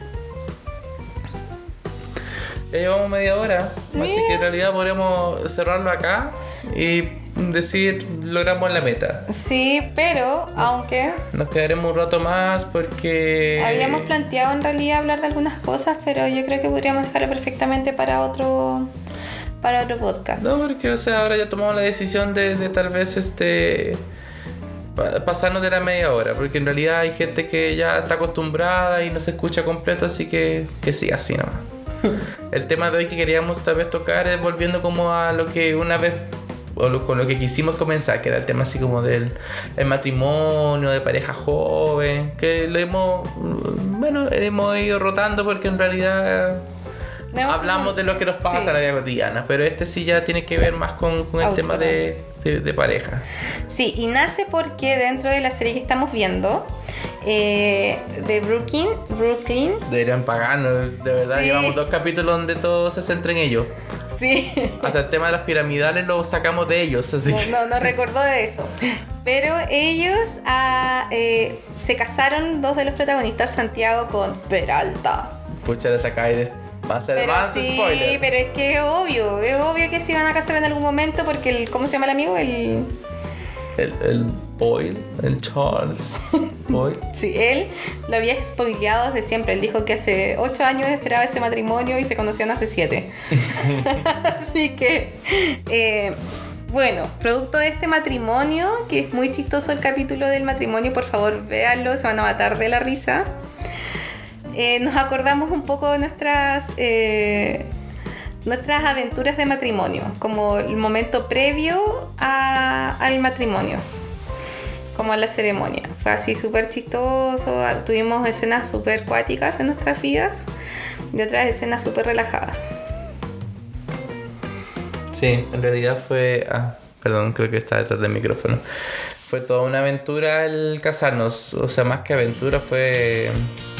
Ya llevamos media hora, así que en realidad podríamos cerrarlo acá y decir, logramos la meta. Sí, pero aunque... Nos quedaremos un rato más porque... Habíamos planteado en realidad hablar de algunas cosas, pero yo creo que podríamos dejarlo perfectamente para otro podcast. No, porque o sea, ahora ya tomamos la decisión de tal vez pasarnos de la media hora, porque en realidad hay gente que ya está acostumbrada y no se escucha completo, así que siga así nomás. El tema de hoy que queríamos tal vez tocar es volviendo como a lo que una vez con lo que quisimos comenzar, que era el tema así como del el matrimonio, de pareja joven, que hemos ido rotando porque en realidad hablamos de lo que nos pasa en la vida cotidiana, pero este sí ya tiene que ver más con el tema de pareja. Sí, y nace porque dentro de la serie que estamos viendo, de Brooklyn. Deberían pagarnos, de verdad, llevamos 2 capítulos donde todo se centra en ello. Sí. Hasta el tema de las piramidales lo sacamos de ellos, así. No recordó de eso. Pero ellos se casaron, 2 de los protagonistas, Santiago con Peralta. Pucha, le sacáis de... Va a ser más spoiler. Sí, pero es que es obvio que se iban a casar en algún momento porque ¿cómo se llama el amigo? El Boyle, el Charles Boyle. Sí, él lo había spoileado desde siempre. Él dijo que hace 8 años esperaba ese matrimonio y se conocían hace 7. Así que, bueno, producto de este matrimonio, que es muy chistoso el capítulo del matrimonio, por favor véanlo, se van a matar de la risa. Nos acordamos un poco de nuestras aventuras de matrimonio, como el momento previo al matrimonio, como a la ceremonia. Fue así súper chistoso, tuvimos escenas súper cuáticas en nuestras vidas y otras escenas súper relajadas. Sí, en realidad fue... perdón, creo que está detrás del micrófono. Fue toda una aventura el casarnos, o sea, más que aventura fue...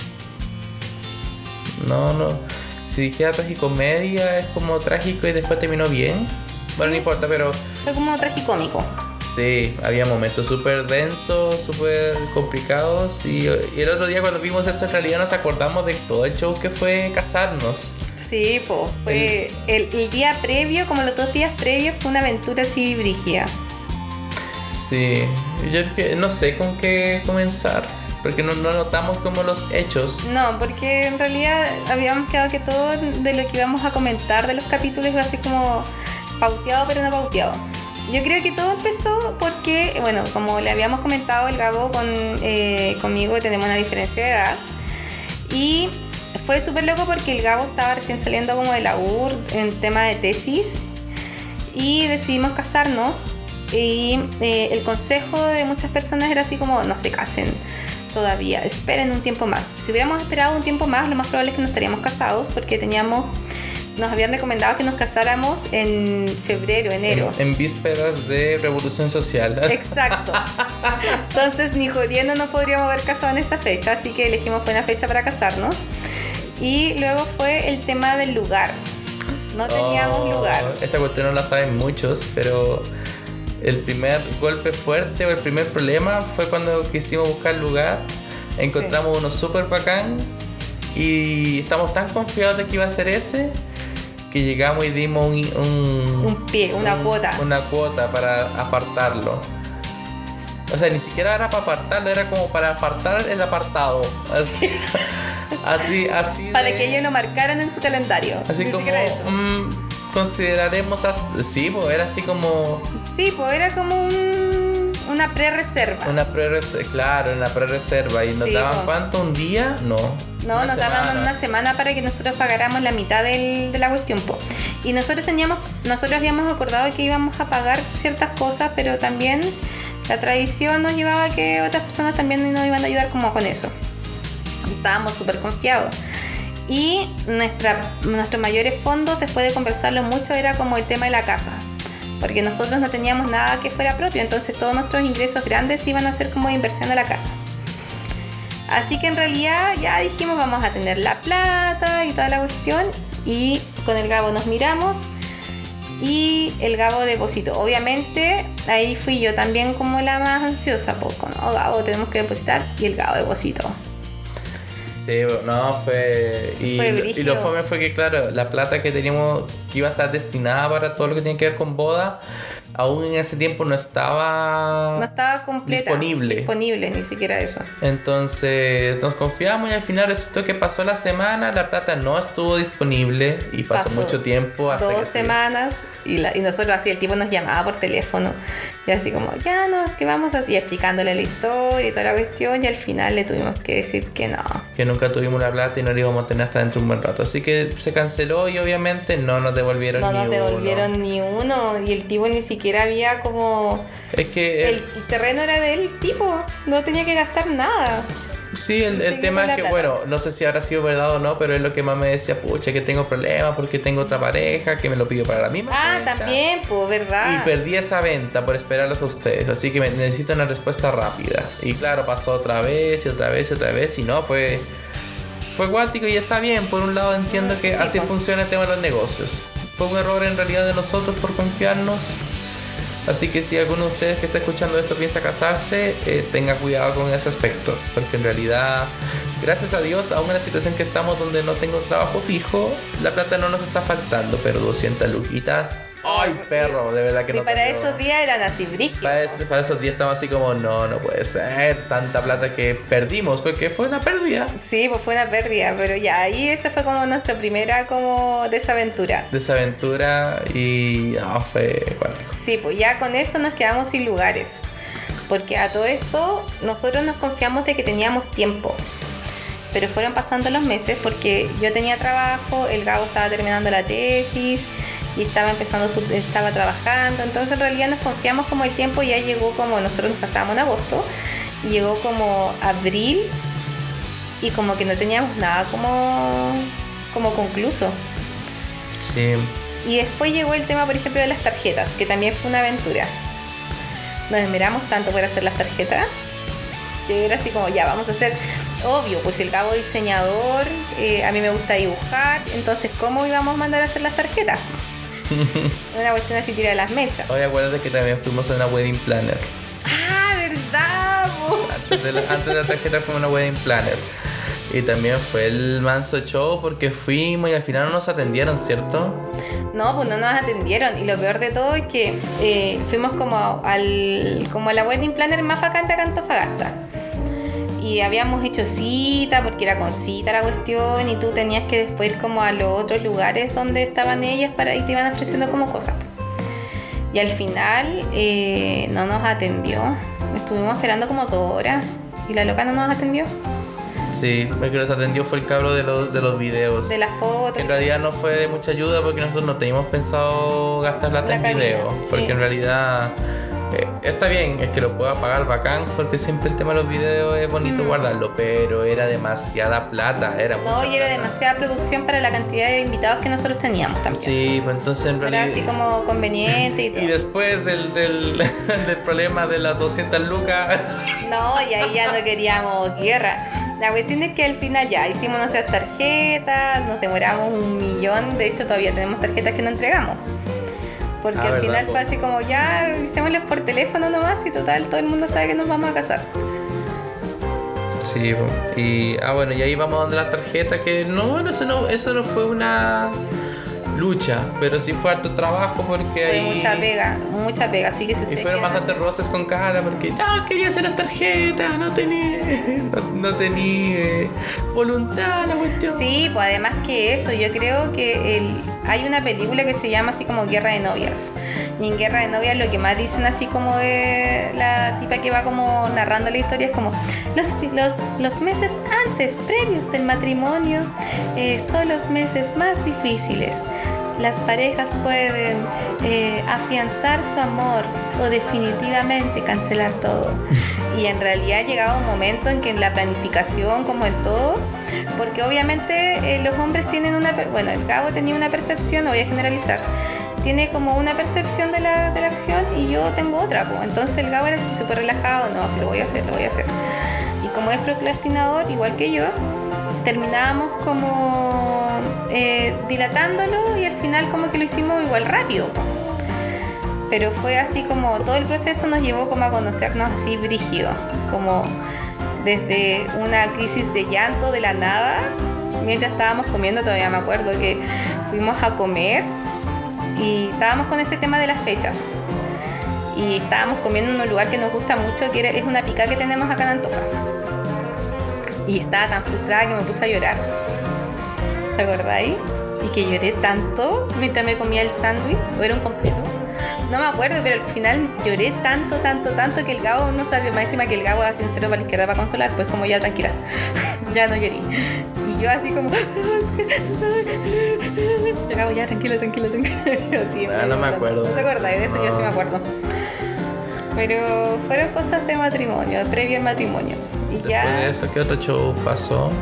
No. Si dijera tragicomedia, es como trágico y después terminó bien. Bueno, no importa, pero... Fue como tragicómico. Sí, había momentos súper densos, súper complicados. Y el otro día cuando vimos eso, en realidad nos acordamos de todo el show que fue casarnos. Sí, pues fue... El día previo, como los 2 días previos, fue una aventura así brígida. Sí, yo no sé con qué comenzar. Porque no notamos como los hechos. No, porque en realidad habíamos quedado que todo de lo que íbamos a comentar de los capítulos iba así como pauteado pero no pauteado. Yo creo que todo empezó porque, bueno, como le habíamos comentado, el Gabo conmigo tenemos una diferencia de edad. Y fue súper loco porque el Gabo estaba recién saliendo como de la UR en tema de tesis. Y decidimos casarnos. Y el consejo de muchas personas era así como, no se casen todavía, esperen un tiempo más. Si hubiéramos esperado un tiempo más, lo más probable es que no estaríamos casados porque nos habían recomendado que nos casáramos en febrero, enero. En vísperas de revolución social. Exacto. Entonces ni jodiendo no podríamos haber casado en esa fecha, así que elegimos buena fecha para casarnos. Y luego fue el tema del lugar. No teníamos lugar. Esta cuestión no la saben muchos, pero... El primer golpe fuerte o el primer problema fue cuando quisimos buscar lugar. Encontramos uno súper bacán y estamos tan confiados de que iba a ser ese que llegamos y dimos una cuota para apartarlo. O sea, ni siquiera era para apartarlo, era como para apartar el apartado. Así para que ellos no marcaran en su calendario. Así ni como consideraremos sí, pues era así como... Sí, pues era como una pre-reserva. Claro, una pre-reserva. ¿Y nos daban cuánto? ¿Un día? No, nos daban una semana para que nosotros pagáramos la mitad de la cuestión, po. Y nosotros habíamos acordado que íbamos a pagar ciertas cosas, pero también la tradición nos llevaba a que otras personas también nos iban a ayudar como con eso. Estábamos súper confiados. Y nuestros mayores fondos, después de conversarlo mucho, era como el tema de la casa. Porque nosotros no teníamos nada que fuera propio, entonces todos nuestros ingresos grandes iban a ser como inversión de la casa. Así que en realidad ya dijimos vamos a tener la plata y toda la cuestión. Y con el Gabo nos miramos y el Gabo depositó. Obviamente ahí fui yo también como la más ansiosa, pues, no, Gabo, tenemos que depositar, y el Gabo depositó. Sí, no, fue y lo fome fue que, claro, la plata que teníamos, que iba a estar destinada para todo lo que tiene que ver con boda, aún en ese tiempo no estaba completa, disponible, ni siquiera eso. Entonces nos confiamos y al final resultó que pasó la semana, la plata no estuvo disponible y pasó mucho tiempo, hasta 2 semanas y nosotros así, el tipo nos llamaba por teléfono y así como, ya no, es que vamos así explicándole la historia y toda la cuestión, y al final le tuvimos que decir que no, que nunca tuvimos la plata y no la íbamos a tener hasta dentro de un buen rato, así que se canceló y obviamente no nos devolvieron ni uno y el tipo ni siquiera siquiera había como... Es que... El terreno era del tipo, no tenía que gastar nada. Sí, el tema es que, bueno, no sé si habrá sido verdad o no, pero es lo que más me decía, pucha, que tengo problemas porque tengo otra pareja que me lo pidió para la misma fecha. También, pues, ¿verdad? Y perdí esa venta por esperarlos a ustedes, así que necesito una respuesta rápida. Y claro, pasó otra vez y otra vez y otra vez y no, fue cuántico y está bien. Por un lado entiendo que así funciona el tema de los negocios. Fue un error en realidad de nosotros por confiarnos. Así que si alguno de ustedes que está escuchando esto piensa casarse, tenga cuidado con ese aspecto. Porque en realidad, gracias a Dios, aún en la situación que estamos donde no tengo trabajo fijo, la plata no nos está faltando, pero 200 luquitas... ¡Ay, perro! De verdad que no. Y para esos días eran así brígidos. Para esos días estamos así como, no puede ser tanta plata que perdimos, porque fue una pérdida. Sí, pues fue una pérdida, pero ya, ahí esa fue como nuestra primera como desaventura. Y fue cuántico. Sí, pues ya con eso nos quedamos sin lugares, porque a todo esto nosotros nos confiamos de que teníamos tiempo. Pero fueron pasando los meses porque yo tenía trabajo, el Gabo estaba terminando la tesis y estaba trabajando, entonces en realidad nos confiamos como el tiempo ya llegó, como nosotros nos casábamos en agosto, y llegó como abril y como que no teníamos nada como concluso. Sí. Y después llegó el tema, por ejemplo, de las tarjetas, que también fue una aventura. Nos esmeramos tanto por hacer las tarjetas que era así como, ya, vamos a hacer, obvio, pues el Gabo diseñador, a mí me gusta dibujar, entonces ¿cómo íbamos a mandar a hacer las tarjetas? Una cuestión así, tira las mechas. Oye, acuérdate que también fuimos a una wedding planner. ¡Ah, verdad! Antes de la tarjeta fuimos a una wedding planner. Y también fue el manso show porque fuimos y al final no nos atendieron, ¿cierto? No, pues no nos atendieron. Y lo peor de todo es que fuimos como a la wedding planner más vacante acá en Antofagasta. Y habíamos hecho cita porque era con cita la cuestión y tú tenías que después ir como a los otros lugares donde estaban ellas y te iban ofreciendo como cosas. Y al final no nos atendió. Estuvimos esperando como 2 horas y la loca no nos atendió. Sí, el que nos atendió fue el cabro de los videos. De las fotos. En realidad no fue de mucha ayuda porque nosotros no teníamos pensado gastar plata en video. Porque en realidad está bien, es que lo pueda pagar bacán, porque siempre el tema de los videos es bonito guardarlo, pero era demasiada plata, era mucha plata. Y era demasiada producción para la cantidad de invitados que nosotros teníamos también. Sí, pues entonces en realidad... Era así como conveniente y todo. Y después del problema de las 200 lucas... No, y ahí ya no queríamos guerra. La cuestión es que al final ya hicimos nuestras tarjetas, nos demoramos 1.000.000, de hecho todavía tenemos tarjetas que no entregamos. Porque al final fue así como ya, hicémosles por teléfono nomás y total, todo el mundo sabe que nos vamos a casar. Sí, y bueno, y ahí vamos donde las tarjetas, que eso no fue una lucha, pero sí fue harto trabajo porque fue ahí... mucha pega, así que si usted y fueron bastantes roces con cara porque ya quería hacer las tarjetas, no tenía voluntad la cuestión. Sí, pues además que eso, yo creo que hay una película que se llama así como Guerra de Novias, y en Guerra de Novias lo que más dicen así como de la tipa que va como narrando la historia es como los meses antes, previos del matrimonio, son los meses más difíciles. Las parejas pueden afianzar su amor o definitivamente cancelar todo. Y en realidad llegaba un momento en que en la planificación, como en todo, porque obviamente los hombres tienen el Gabo tenía una percepción, no voy a generalizar, tiene como una percepción de la acción y yo tengo otra, pues. Entonces el Gabo era así súper relajado, no, sí lo voy a hacer. Y como es procrastinador, igual que yo, terminábamos como dilatándolo y al final como que lo hicimos igual rápido. Pero fue así como todo el proceso nos llevó como a conocernos así brígido, como desde una crisis de llanto de la nada, mientras estábamos comiendo, todavía me acuerdo que fuimos a comer y estábamos con este tema de las fechas. Y estábamos comiendo en un lugar que nos gusta mucho, que es una picada que tenemos acá en Antofa. Y estaba tan frustrada que me puse a llorar. ¿Te acordáis? Y que lloré tanto mientras me comía el sándwich, o era un completo. No me acuerdo, pero al final lloré tanto que el Gabo no sabía, más encima que el Gabo era sincero para la izquierda para consolar, pues como ya tranquila, ya no lloré. Y yo así como... Llegaba ya, tranquilo. Así, no me acuerdo. ¿No te acuerdas de eso? No. Yo sí me acuerdo. Pero fueron cosas de matrimonio, previo al matrimonio. Y después ya... de eso, ¿qué otro show pasó?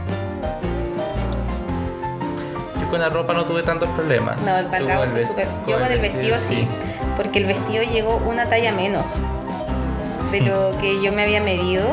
Yo con la ropa no tuve tantos problemas. No, el Gabo fue súper... Yo con el vestido sí, porque el vestido llegó una talla menos de lo que yo me había medido.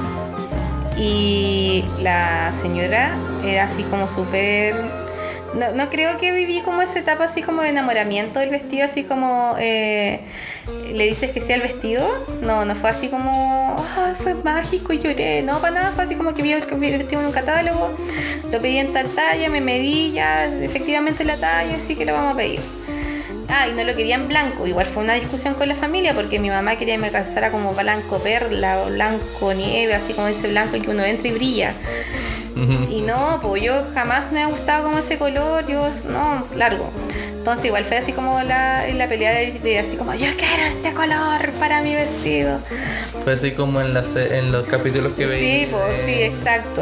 Y la señora era así como súper... No creo que viví como esa etapa así como de enamoramiento del vestido, así como le dices que sea el vestido. No fue así como fue mágico y lloré. No, para nada, fue así como que vi el vestido en un catálogo, lo pedí en tal talla, me medí ya, efectivamente la talla, así que lo vamos a pedir. Y no lo quería en blanco. Igual fue una discusión con la familia porque mi mamá quería que me casara como blanco perla o blanco nieve, así como ese blanco en que uno entra y brilla. Y no, pues yo jamás me ha gustado como ese color, largo. Entonces igual fue así como la pelea de así como yo quiero este color para mi vestido. Fue así como en los capítulos que veía. Sí, pues sí, exacto.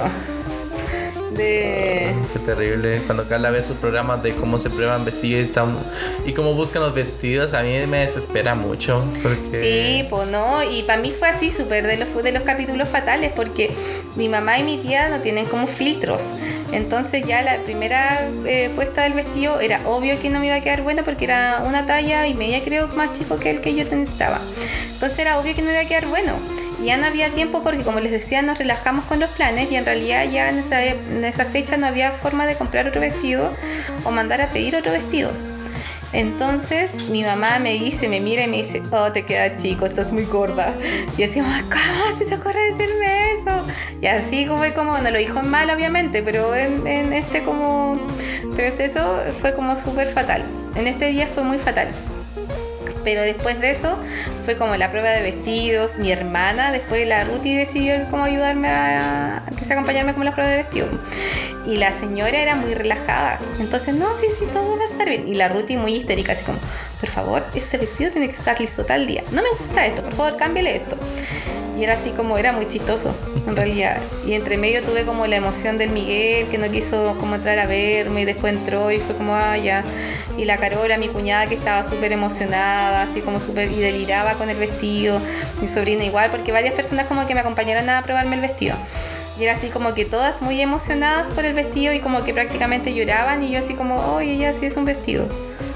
Qué terrible cuando Carla ve sus programas de cómo se prueban vestidos y cómo buscan los vestidos. A mí me desespera mucho porque... Sí, pues no, y para mí fue así súper de los capítulos fatales porque mi mamá y mi tía no tienen como filtros. Entonces ya la primera puesta del vestido era obvio que no me iba a quedar bueno porque era una talla y media creo más chico que el que yo necesitaba. Entonces era obvio que no me iba a quedar bueno. Ya no había tiempo porque, como les decía, nos relajamos con los planes y en realidad ya en esa fecha no había forma de comprar otro vestido o mandar a pedir otro vestido. Entonces mi mamá me mira y me dice, te queda chico, estás muy gorda. Y yo decía, ¿cómo se te ocurre decirme eso? Y así como no lo dijo en mal obviamente, pero en este como proceso fue como súper fatal. En este día fue muy fatal. Pero después de eso fue como la prueba de vestidos. Mi hermana, después la Ruti decidió como ayudarme acompañarme como la prueba de vestido. Y la señora era muy relajada. Entonces, no, sí, todo va a estar bien. Y la Ruti muy histérica, así como, por favor, ese vestido tiene que estar listo tal día. No me gusta esto, por favor, cámbiale esto. Y era así como, era muy chistoso, en realidad. Y entre medio tuve como la emoción del Miguel, que no quiso como entrar a verme, y después entró y fue como, ya. Y la Carola, mi cuñada, que estaba súper emocionada, así como súper, y deliraba con el vestido. Mi sobrina igual, porque varias personas como que me acompañaron a probarme el vestido. Y era así como que todas muy emocionadas por el vestido y como que prácticamente lloraban y yo así como, oye, ya sí es un vestido.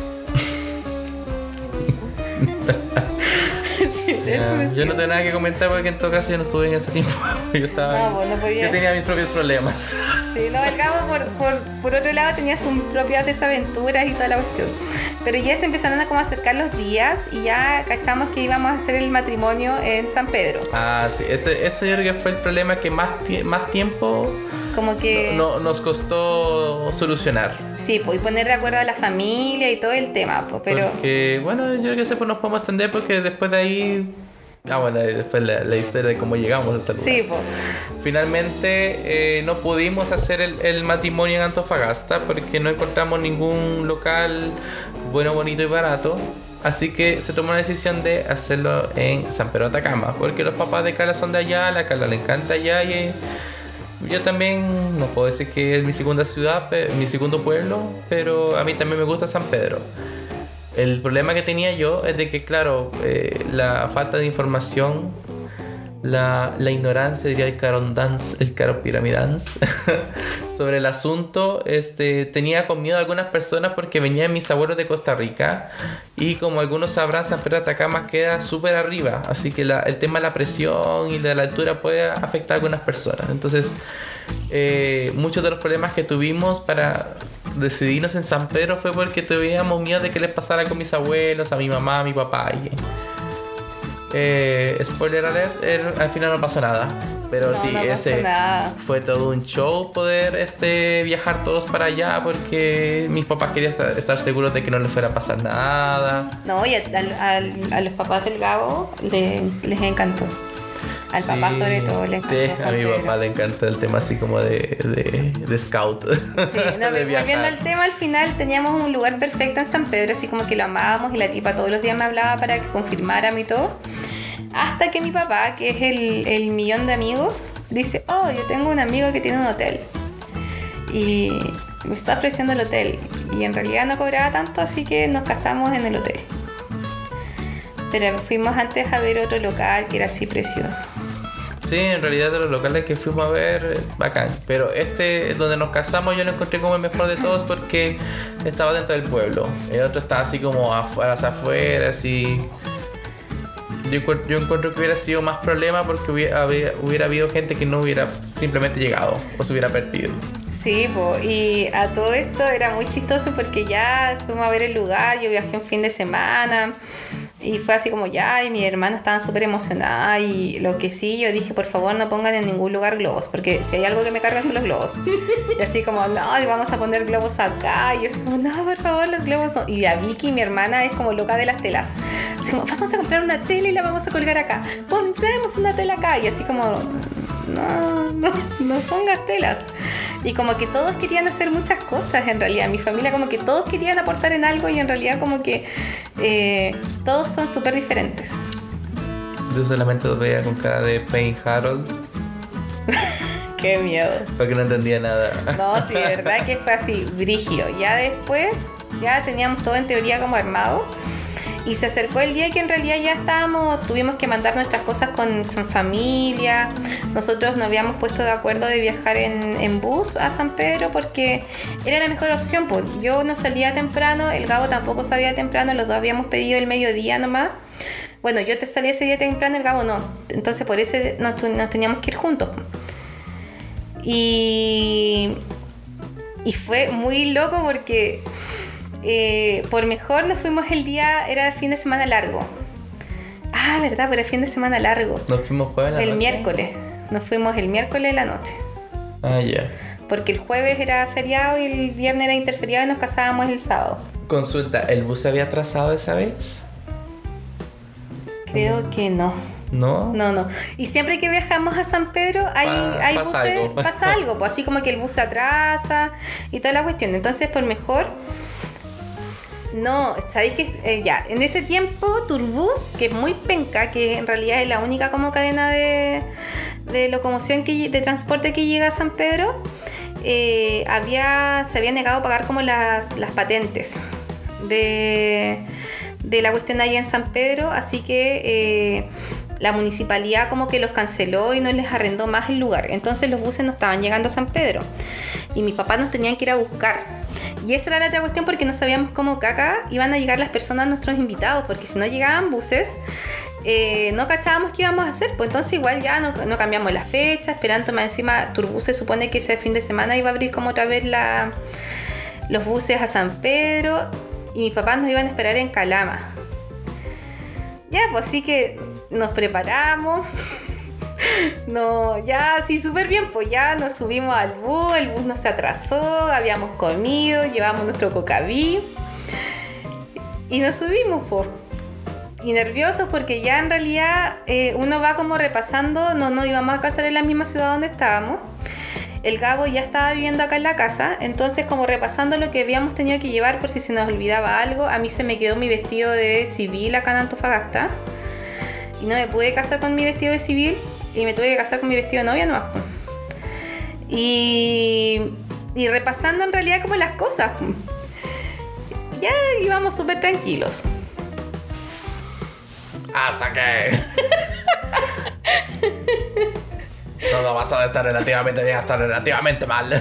Yo no tengo nada que comentar porque en todo caso yo no estuve en ese tiempo. Yo tenía mis propios problemas. Sí, el Gabo por otro lado tenía sus propias desaventuras y toda la cuestión. Pero ya se empezaron a como acercar los días y ya cachamos que íbamos a hacer el matrimonio en San Pedro. Sí, ese yo creo que fue el problema que más tiempo como que nos costó solucionar. Sí, pues, y poner de acuerdo a la familia y todo el tema, pues, pero... Porque, bueno, yo creo que nos podemos extender porque después de ahí... después la historia de cómo llegamos hasta el lugar. Sí, pues. Finalmente no pudimos hacer el matrimonio en Antofagasta porque no encontramos ningún local bueno, bonito y barato. Así que se tomó la decisión de hacerlo en San Pedro de Atacama porque los papás de Carla son de allá, a la Carla le encanta allá y... Yo también, no puedo decir que es mi segunda ciudad, mi segundo pueblo, pero a mí también me gusta San Pedro. El problema que tenía yo es de que, claro, la falta de información, la ignorancia, diría el caro piramidans, sobre el asunto, tenía con miedo a algunas personas porque venían mis abuelos de Costa Rica y como algunos sabrán, San Pedro de Atacama queda súper arriba, así que el tema de la presión y de la altura puede afectar a algunas personas. Entonces, muchos de los problemas que tuvimos para decidirnos en San Pedro fue porque teníamos miedo de que les pasara con mis abuelos, a mi mamá, a mi papá y... spoiler alert, al final no pasó nada. Pero no, sí, no ese fue todo un show poder viajar todos para allá porque mis papás querían estar seguros de que no les fuera a pasar nada. No, y a los papás del Gabo les encantó. Al papá sobre todo le encantó. Sí, a mi papá le encanta el tema así como de scout. Sí, no, pero volviendo al tema, al final teníamos un lugar perfecto en San Pedro, así como que lo amábamos y la tipa todos los días me hablaba para que confirmáramos y todo. Hasta que mi papá, que es el millón de amigos, dice, yo tengo un amigo que tiene un hotel. y me está ofreciendo el hotel. Y en realidad no cobraba tanto, así que nos casamos en el hotel. Pero fuimos antes a ver otro local que era así precioso. Sí, en realidad de los locales que fuimos a ver, bacán. Pero donde nos casamos, yo lo encontré como el mejor de todos porque estaba dentro del pueblo. El otro estaba así como a las afueras y... Yo encuentro que hubiera sido más problema porque hubiera habido gente que no hubiera simplemente llegado o se hubiera perdido. Sí, y a todo esto era muy chistoso porque ya fuimos a ver el lugar, yo viajé un fin de semana y fue así como ya, y mis hermanas estaban súper emocionadas y lo que sí, yo dije, por favor no pongan en ningún lugar globos, porque si hay algo que me carga son los globos. Y así como, no, vamos a poner globos acá, y yo así como, no, por favor, los globos no. Y la Vicky, mi hermana, es como loca de las telas. Así como, vamos a comprar una tela y la vamos a colgar acá. Traemos una tela acá. Y así como, no pongas telas. Y como que todos querían hacer muchas cosas en realidad. Mi familia como que todos querían aportar en algo y en realidad como que todos son súper diferentes. Yo solamente los veía con cara de Pain Harold. Qué miedo. Porque no entendía nada. No, sí, de verdad que fue así, brígido. Ya después, ya teníamos todo en teoría como armado. Y se acercó el día que en realidad ya tuvimos que mandar nuestras cosas con familia. Nosotros nos habíamos puesto de acuerdo de viajar en bus a San Pedro porque era la mejor opción. Pues yo no salía temprano, el Gabo tampoco salía temprano, los dos habíamos pedido el mediodía nomás. Bueno, yo te salí ese día temprano, el Gabo no. Entonces por eso nos teníamos que ir juntos. Y fue muy loco porque... por mejor nos fuimos el día, era fin de semana largo. Ah, verdad, pero era fin de semana largo. Nos fuimos jueves en la noche. El miércoles. Nos fuimos el miércoles en la noche. Ah, ya. Porque el jueves era feriado y el viernes era interferiado y nos casábamos el sábado. Consulta, ¿el bus se había atrasado esa vez? Creo que no. ¿No? No. Y siempre que viajamos a San Pedro hay pasa buses, algo. pasa algo, pues así como que el bus se atrasa y toda la cuestión. Entonces, por mejor... No, sabéis que ya, en ese tiempo Turbus, que es muy penca, que en realidad es la única como cadena de locomoción de transporte que llega a San Pedro, se había negado a pagar como las patentes de la cuestión allá en San Pedro, así que la municipalidad como que los canceló y no les arrendó más el lugar. Entonces los buses no estaban llegando a San Pedro y mis papás nos tenían que ir a buscar. Y esa era la otra cuestión porque no sabíamos cómo caca iban a llegar las personas, nuestros invitados, porque si no llegaban buses, no cachábamos qué íbamos a hacer. Pues entonces igual ya no cambiamos la fecha, esperando más encima Turbus se supone que ese fin de semana iba a abrir como otra vez los buses a San Pedro y mis papás nos iban a esperar en Calama. Ya, pues así que nos preparamos. No, ya sí, súper bien, pues ya nos subimos al bus, el bus no se atrasó, habíamos comido, llevamos nuestro cocaví y nos subimos, pues. Y nerviosos porque ya en realidad uno va como repasando, no íbamos a casar en la misma ciudad donde estábamos. El Gabo ya estaba viviendo acá en la casa, entonces como repasando lo que habíamos tenido que llevar por si se nos olvidaba algo, a mí se me quedó mi vestido de civil acá en Antofagasta y no me pude casar con mi vestido de civil y me tuve que casar con mi vestido de novia nomás. Y repasando en realidad como las cosas, ya íbamos súper tranquilos. Hasta que... Todo pasó de estar relativamente bien hasta relativamente mal.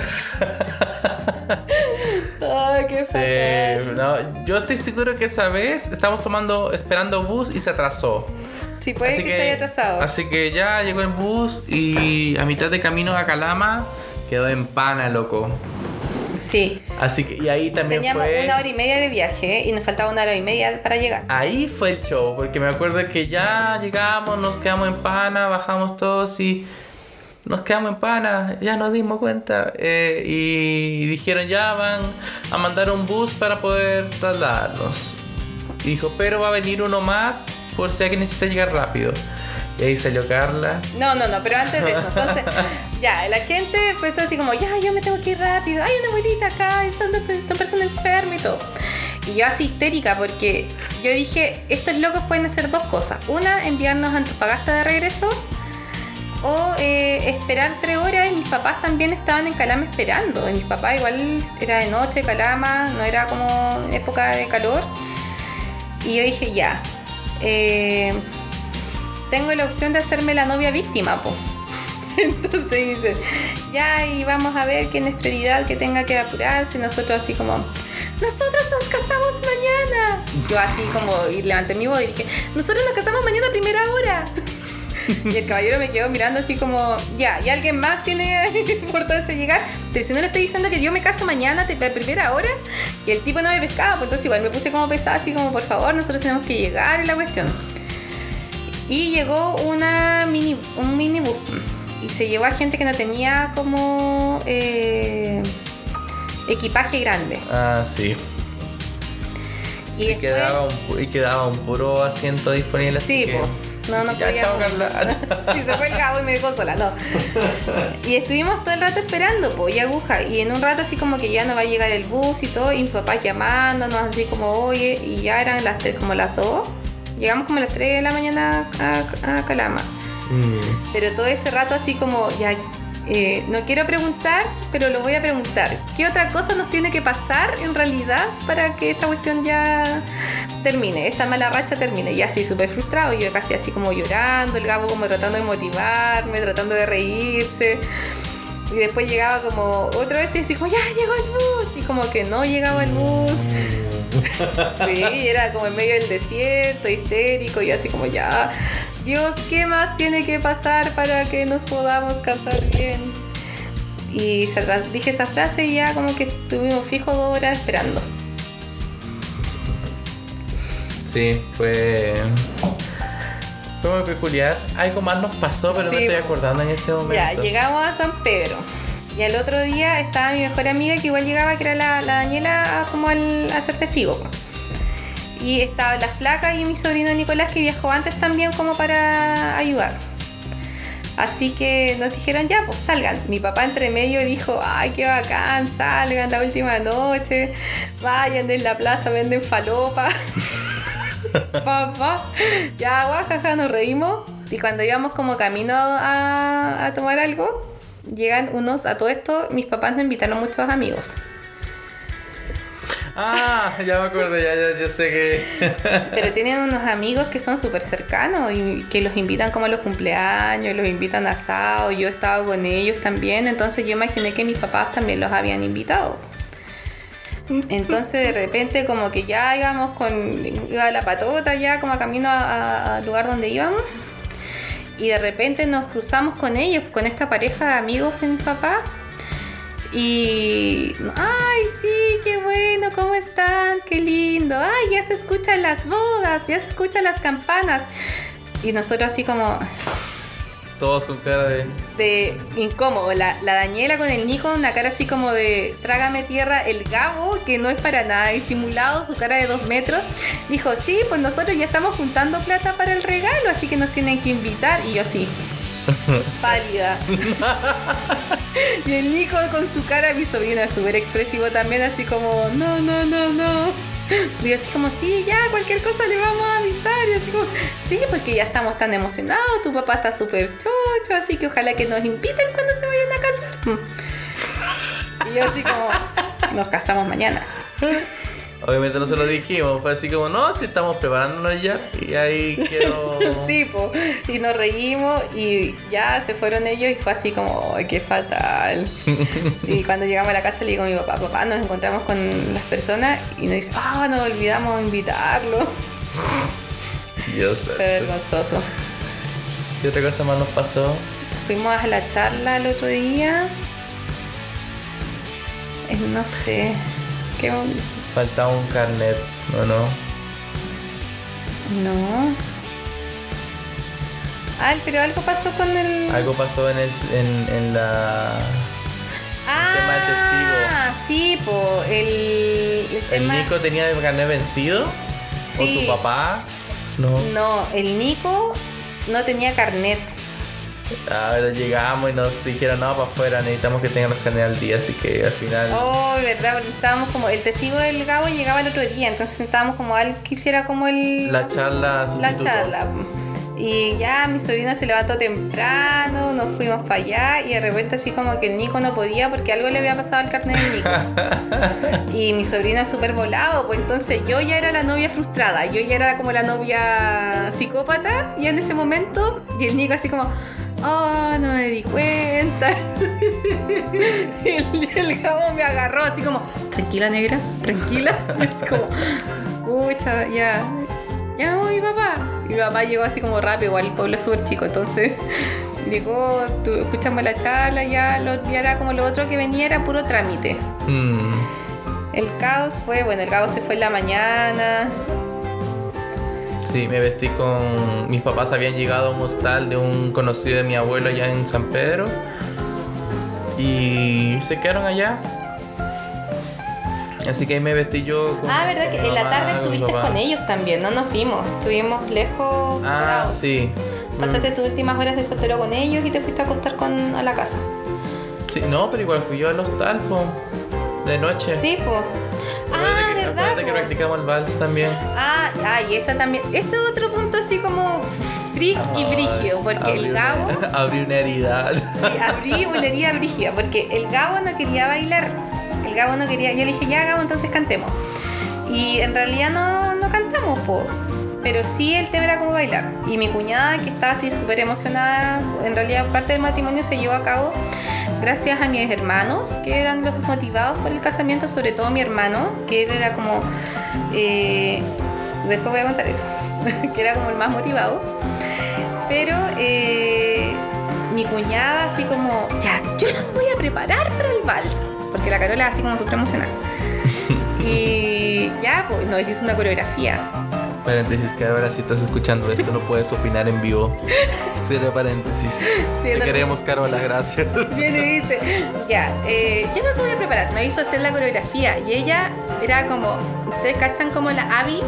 Ay, qué fatal. No, yo estoy seguro que esa vez estamos esperando bus y se atrasó. Sí, puede que se haya atrasado. Así que ya llegó el bus y a mitad de camino a Calama quedó en pana, loco. Sí. Así que y ahí también teníamos 1 hora y media de viaje y nos faltaba 1 hora y media para llegar. Ahí fue el show, porque me acuerdo que ya llegamos, nos quedamos en pana, bajamos todos y nos quedamos en pana, ya nos dimos cuenta y dijeron ya van a mandar un bus para poder trasladarnos. Y dijo, pero va a venir uno más por si alguien necesita llegar rápido. Y ahí salió Carla. No, pero antes de eso. Entonces, ya, la gente empezó así como, ya, yo me tengo que ir rápido. Hay una abuelita acá, está una persona enferma y todo. Y yo así histérica porque yo dije, estos locos pueden hacer 2 cosas. Una, enviarnos a Antofagasta de regreso o esperar 3 horas, y mis papás también estaban en Calama esperando. Y mis papás igual era de noche, Calama, no era como época de calor. Y yo dije, ya, tengo la opción de hacerme la novia víctima, po. Entonces dice, ya, y vamos a ver quién es prioridad, que tenga que apurarse. Nosotros así como, nosotros nos casamos mañana. Yo así como, y levanté mi voz y dije, nosotros nos casamos mañana a primera hora. Y el caballero me quedó mirando así como, ya, ¿y alguien más tiene importancia de llegar? Pero si no le estoy diciendo que yo me caso mañana a primera hora. Y el tipo no me pescaba, pues entonces igual me puse como pesada, así como, por favor, nosotros tenemos que llegar, en la cuestión. Y llegó un minibús y se llevó a gente que no tenía como equipaje grande. Ah, sí. Y después, quedaba un puro asiento disponible. Sí, así pues. No ya, podía. chao, Carla. Sí, se fue el Gabo y me dejó sola, no. Y estuvimos todo el rato esperando, po, y aguja. Y en un rato así como que ya no va a llegar el bus y todo, y mis papás llamándonos así como, oye, y ya eran las 3, como las 2. Llegamos como a las 3 de la mañana a Calama. Pero todo ese rato así como, ya, no quiero preguntar, pero lo voy a preguntar. ¿Qué otra cosa nos tiene que pasar en realidad para que esta cuestión ya termine, esta mala racha termine? Y así súper frustrado, yo casi así como llorando, el Gabo como tratando de motivarme, tratando de reírse. Y después llegaba como otro y así como, ya llegó el bus, y como que no llegaba el bus. Sí, era como en medio del desierto, histérico, y así como, ya, Dios, ¿qué más tiene que pasar para que nos podamos casar bien? Y dije esa frase y ya como que estuvimos fijos 2 horas esperando. Sí, fue muy peculiar. Algo más nos pasó, pero sí, me estoy acordando en este momento. Ya, llegamos a San Pedro. Y al otro día estaba mi mejor amiga, que igual llegaba, que era la Daniela, como a ser testigo. Y estaba la flaca y mi sobrino Nicolás, que viajó antes también como para ayudar. Así que nos dijeron, ya, pues salgan. Mi papá entre medio dijo, ay, qué bacán, salgan la última noche, vayan en la plaza, venden falopa. Papá, ya, guajaja, nos reímos. Y cuando íbamos como camino a tomar algo, llegan unos, a todo esto, mis papás nos invitaron muchos amigos. Ah, ya me acuerdo, ya sé que... Pero tienen unos amigos que son súper cercanos y que los invitan como a los cumpleaños, los invitan a asado. Yo he estado con ellos también, entonces yo imaginé que mis papás también los habían invitado. Entonces de repente como que ya iba la patota ya como a camino al lugar donde íbamos. Y de repente nos cruzamos con ellos, con esta pareja de amigos de mi papá. Y, ay, sí, qué bueno, ¿cómo están? Qué lindo. Ay, ya se escuchan las bodas, ya se escuchan las campanas. Y nosotros así como... Todos con cara de incómodo. La Daniela con el Nico, una cara así como de trágame tierra. El Gabo, que no es para nada disimulado, su cara de 2 metros, dijo, sí, pues nosotros ya estamos juntando plata para el regalo, así que nos tienen que invitar. Y yo así, pálida. Y el Nico con su cara, mi sobrina, súper expresivo también, así como, no. Y así como, sí, ya, cualquier cosa le vamos a avisar. Y así como, sí, porque ya estamos tan emocionados, tu papá está súper chocho, así que ojalá que nos inviten cuando se vayan a casar. Y yo así como, nos casamos mañana. Obviamente no se lo dijimos, fue así como, no, si estamos preparándonos ya. Y ahí quedó... Sí, po. Y nos reímos y ya se fueron ellos y fue así como, ay, qué fatal. Y cuando llegamos a la casa le digo a mi papá, nos encontramos con las personas y nos dice, nos olvidamos invitarlo. Dios santo. Fue vergonzoso. ¿Qué otra cosa más nos pasó? Fuimos a la charla el otro día. No sé. ¿Qué? Faltaba un carnet, ¿o no? No. Pero algo pasó con el... Algo pasó en la... tema del testigo. Sí, po. El Nico tenía el carnet vencido? Sí. ¿O tu papá? No, el Nico no tenía carnet. Ahora llegamos y nos dijeron, no, para afuera, necesitamos que tengan los carnets al día, así que al final... Oh, verdad, porque estábamos como... El testigo del Gabo llegaba el otro día, entonces estábamos como, él quisiera como la charla sustituto. La charla. Y ya mi sobrina se levantó temprano, nos fuimos para allá y de repente así como que el Nico no podía porque algo le había pasado al carnet del Nico. Y mi sobrino es súper volado, pues entonces yo ya era la novia frustrada, yo ya era como la novia psicópata y en ese momento, y el Nico así como, oh, no me di cuenta. Y el Gabo me agarró así como, tranquila negra, tranquila. Y así como, pucha, ya me voy, papá. Mi papá llegó así como rápido, igual el pueblo es súper chico, entonces llegó, escuchamos la charla, ya era como lo otro que venía, era puro trámite. El caos fue, bueno, el Gabo se fue en la mañana. Sí, me vestí con... Mis papás habían llegado a un hostal de un conocido de mi abuelo allá en San Pedro y se quedaron allá. Así que ahí me vestí yo con verdad que en la tarde estuviste con ellos también, no nos fuimos, estuvimos lejos. Separados. Sí. Pasaste tus últimas horas de soltero con ellos y te fuiste a acostar a la casa. Sí, no, pero igual fui yo al hostal, de noche. Sí, pues. ¿Verdad? Acuérdate que practicamos el vals también. Y esa también. Ese es otro punto así como freak y brígido, porque el Gabo... Abrí una herida. Sí, abrí una herida brígida, porque el Gabo no quería bailar. El Gabo no quería... Yo le dije, ya Gabo, entonces cantemos. Y en realidad no cantamos, pero sí el tema era como bailar. Y mi cuñada, que estaba así súper emocionada, en realidad parte del matrimonio se llevó a cabo gracias a mis hermanos, que eran los motivados por el casamiento, sobre todo mi hermano, que él era como... después voy a contar eso, que era como el más motivado. Pero mi cuñada así como, ya, yo los voy a preparar para el vals, porque la Carola así como súper emocionada. Y ya, pues nos hizo una coreografía. Paréntesis, que ahora si estás escuchando esto no puedes opinar en vivo. Cierre paréntesis. Sí, te queremos, Carola, gracias. Viene y dice, ya, yo no se voy a preparar. Nos hizo hacer la coreografía y ella era como, ustedes cachan como la Abby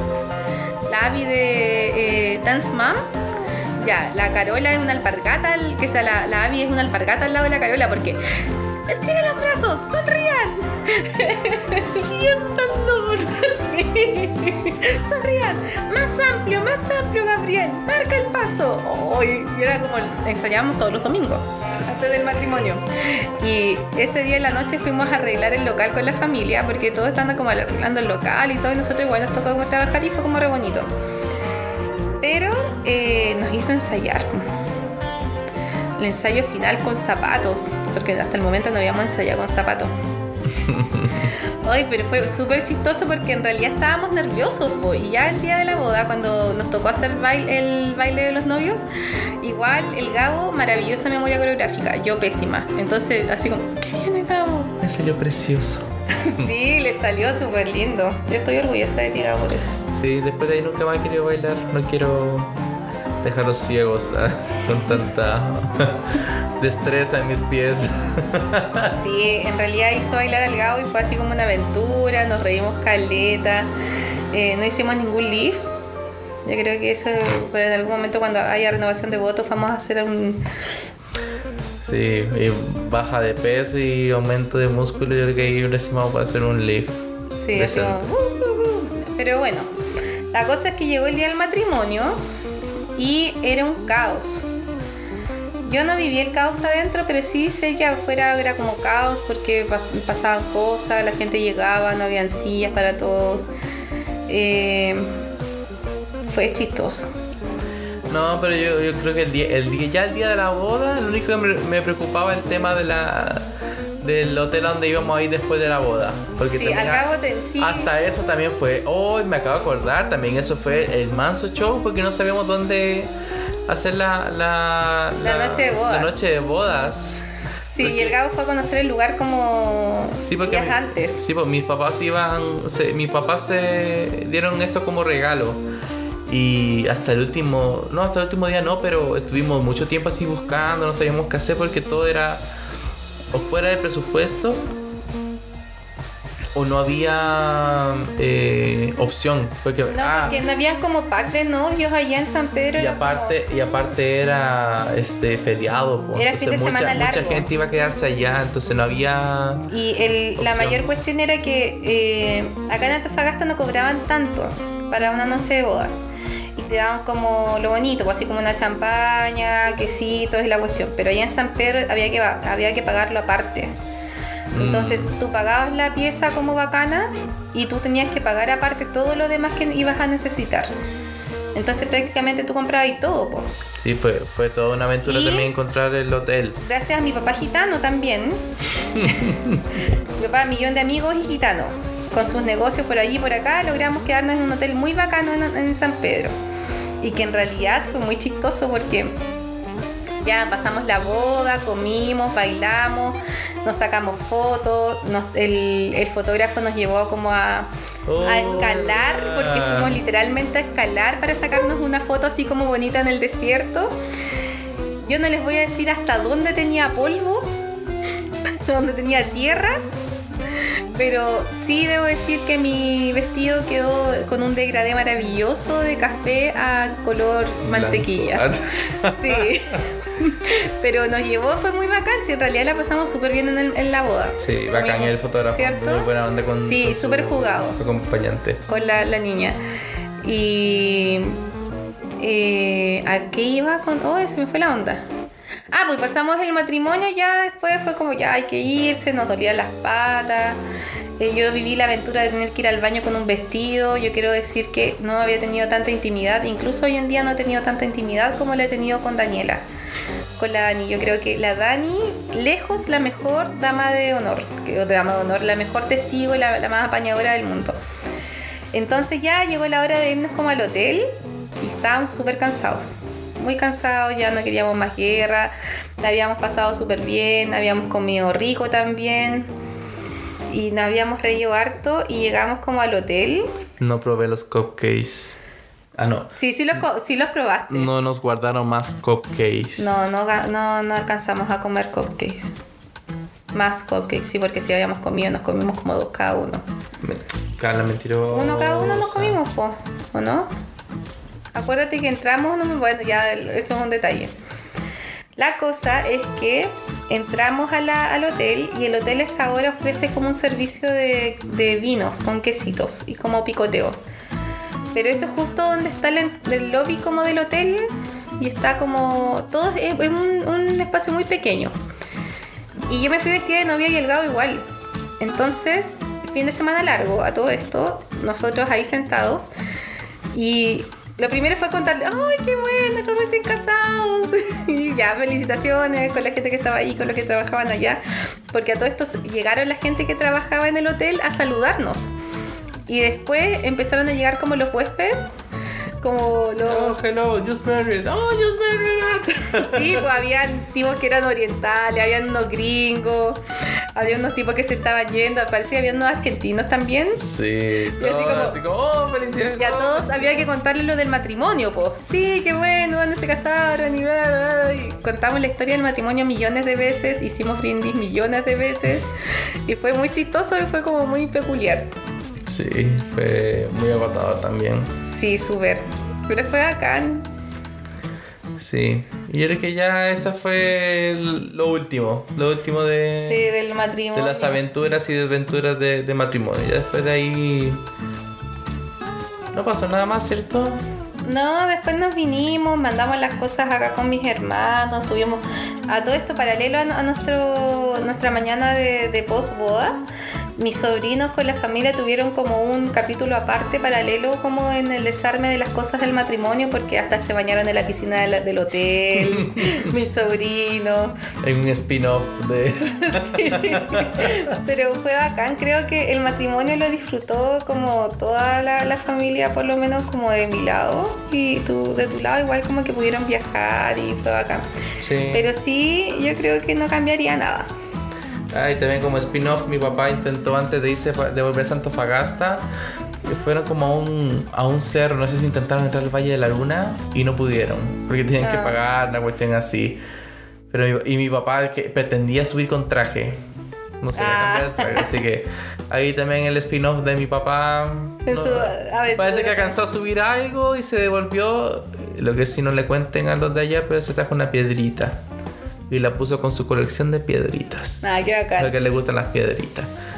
de Dance Mom. Ya, la Carola es una alpargata, la Abby es una alpargata al lado de la Carola porque estiren los brazos, sonrían. Siéntanlo. Sí. Sonrían. Más amplio, Gabriel. Marca el paso. Y era como ensayábamos todos los domingos antes del matrimonio. Y ese día en la noche fuimos a arreglar el local con la familia porque todos estaban como arreglando el local y todo, y nosotros igual nos tocó como trabajar y fue como re bonito. Pero nos hizo ensayar. El ensayo final con zapatos, porque hasta el momento no habíamos ensayado con zapatos. Ay, pero fue súper chistoso porque en realidad estábamos nerviosos, y ya el día de la boda, cuando nos tocó hacer el baile de los novios, igual el Gabo, maravillosa memoria coreográfica, yo pésima. Entonces, así como, ¿qué viene, Gabo? Me salió precioso. Sí, le salió súper lindo. Yo estoy orgullosa de ti, Gabo, por eso. Sí, después de ahí nunca más he querido bailar. No quiero dejarlos ciegos con tanta destreza en mis pies. Sí, en realidad hizo bailar al Gabo y fue así como una aventura. Nos reímos caleta. No hicimos ningún lift. Yo creo que eso, pero en algún momento cuando haya renovación de votos vamos a hacer un... Sí, y baja de peso y aumento de músculo. Yo creo que ahí lo hicimos para hacer un lift. Sí, así como... Pero bueno, la cosa es que llegó el día del matrimonio y era un caos. Yo no viví el caos adentro, pero sí sé que afuera era como caos porque pasaban cosas, la gente llegaba, no habían sillas para todos. Fue chistoso. No, pero yo creo que el día de la boda, lo único que me preocupaba el tema del hotel a donde íbamos a ir después de la boda. Porque sí, al cabo sí. Hasta eso también fue, me acabo de acordar, también eso fue el manso show porque no sabíamos dónde hacer la noche de bodas. La noche de bodas. Sí, porque... y el Gabo fue a conocer el lugar como días antes. Sí, pues mis papás se dieron eso como regalo. Y hasta el último día no, pero estuvimos mucho tiempo así buscando, no sabíamos qué hacer porque todo era o fuera de presupuesto o no había opción. Porque no habían como pack de novios allá en San Pedro. Y aparte era feriado. Era fin de semana largo. Mucha gente iba a quedarse allá, entonces no había la mayor cuestión era que acá en Antofagasta no cobraban tanto para una noche de bodas. y te daban como lo bonito, pues así como una champaña, quesitos y la cuestión. Pero allá en San Pedro había que pagarlo aparte. Entonces tú pagabas la pieza como bacana y tú tenías que pagar aparte todo lo demás que ibas a necesitar. Entonces prácticamente tú comprabas y todo, po. Sí, fue toda una aventura también encontrar el hotel. Gracias a mi papá gitano también. Mi papá, millón de amigos y gitano. Con sus negocios por allí y por acá, logramos quedarnos en un hotel muy bacano en San Pedro. Y que en realidad fue muy chistoso porque ya pasamos la boda, comimos, bailamos, nos sacamos fotos, el fotógrafo nos llevó como a escalar, porque fuimos literalmente a escalar para sacarnos una foto así como bonita en el desierto. Yo no les voy a decir hasta dónde tenía polvo, dónde tenía tierra, pero sí debo decir que mi vestido quedó con un degradé maravilloso de café a color mantequilla. Sí. Pero nos llevó, fue muy bacán. Sí, en realidad la pasamos súper bien en la boda. Sí, bacán el fotógrafo. ¿Cierto? Muy buena onda con sí, súper jugado. Su acompañante. Con la niña. Y ¿a qué iba con? Oh, se me fue la onda. Pues pasamos el matrimonio, ya después fue como ya hay que irse, nos dolían las patas. Yo viví la aventura de tener que ir al baño con un vestido. Yo quiero decir que no había tenido tanta intimidad, incluso hoy en día no he tenido tanta intimidad como la he tenido con Daniela, con la Dani. Yo creo que la Dani, lejos la mejor dama de honor, la mejor testigo y la más apañadora del mundo. Entonces ya llegó la hora de irnos como al hotel y estábamos súper cansados. Muy cansados, ya no queríamos más guerra, la habíamos pasado súper bien, habíamos comido rico también y nos habíamos reído harto y llegamos como al hotel. No probé los cupcakes. No. Sí los probaste. No nos guardaron más cupcakes. No alcanzamos a comer cupcakes. Más cupcakes, sí, porque si habíamos comido, nos comimos como 2 cada uno. Carla, mentirosa. Uno cada uno nos comimos, ¿o no? Acuérdate que entramos, bueno, ya eso es un detalle. La cosa es que entramos al hotel y el hotel ahora ofrece como un servicio de vinos con quesitos y como picoteo. Pero eso es justo donde está el lobby como del hotel y está como todo es un espacio muy pequeño. Y yo me fui vestida de novia y el Gabo igual. Entonces, fin de semana largo a todo esto, nosotros ahí sentados y lo primero fue contarle, ¡ay, qué bueno, los recién casados! Y ya, felicitaciones con la gente que estaba ahí, con los que trabajaban allá. Porque a todo esto llegaron la gente que trabajaba en el hotel a saludarnos. Y después empezaron a llegar como los huéspedes, como los... Oh, hello, just married. Oh, just married. Sí, pues habían tipos que eran orientales, habían unos gringos, había unos tipos que se estaban yendo, parece que había unos argentinos también. Sí, y así como oh, felicidades. Y a todos había que contarles lo del matrimonio, pues. Sí, qué bueno, ¿dónde se casaron? Y bla, bla, bla. Y contamos la historia del matrimonio millones de veces, hicimos brindis millones de veces y fue muy chistoso y fue como muy peculiar. Sí, fue muy agotador también. Sí, súper. Pero fue bacán. Sí, y yo creo que ya esa fue lo último de... Sí, del matrimonio. De las aventuras y desventuras de matrimonio. Ya después de ahí no pasó nada más, ¿cierto? No, después nos vinimos, mandamos las cosas acá con mis hermanos, tuvimos a todo esto paralelo a nuestra mañana de post-boda. Mis sobrinos con la familia tuvieron como un capítulo aparte, paralelo, como en el desarme de las cosas del matrimonio, porque hasta se bañaron en la piscina del hotel, mis sobrinos. En un spin-off de... Sí. Pero fue bacán, creo que el matrimonio lo disfrutó como toda la familia, por lo menos como de mi lado, y de tu lado igual como que pudieron viajar y fue bacán. Sí. Pero sí, yo creo que no cambiaría nada. Y también como spin-off, mi papá intentó antes de irse de volverse a Antofagasta, que fueron como a un cerro, no sé si intentaron entrar al Valle de la Luna y no pudieron, porque tenían que pagar una cuestión así. Pero mi papá que pretendía subir con traje, no se cambiar el traje, así que ahí también el spin-off de mi papá parece que alcanzó a subir algo y se devolvió. Lo que sí no le cuenten a los de allá, pero se trajo una piedrita y la puso con su colección de piedritas. Qué bacán. Porque le gustan las piedritas.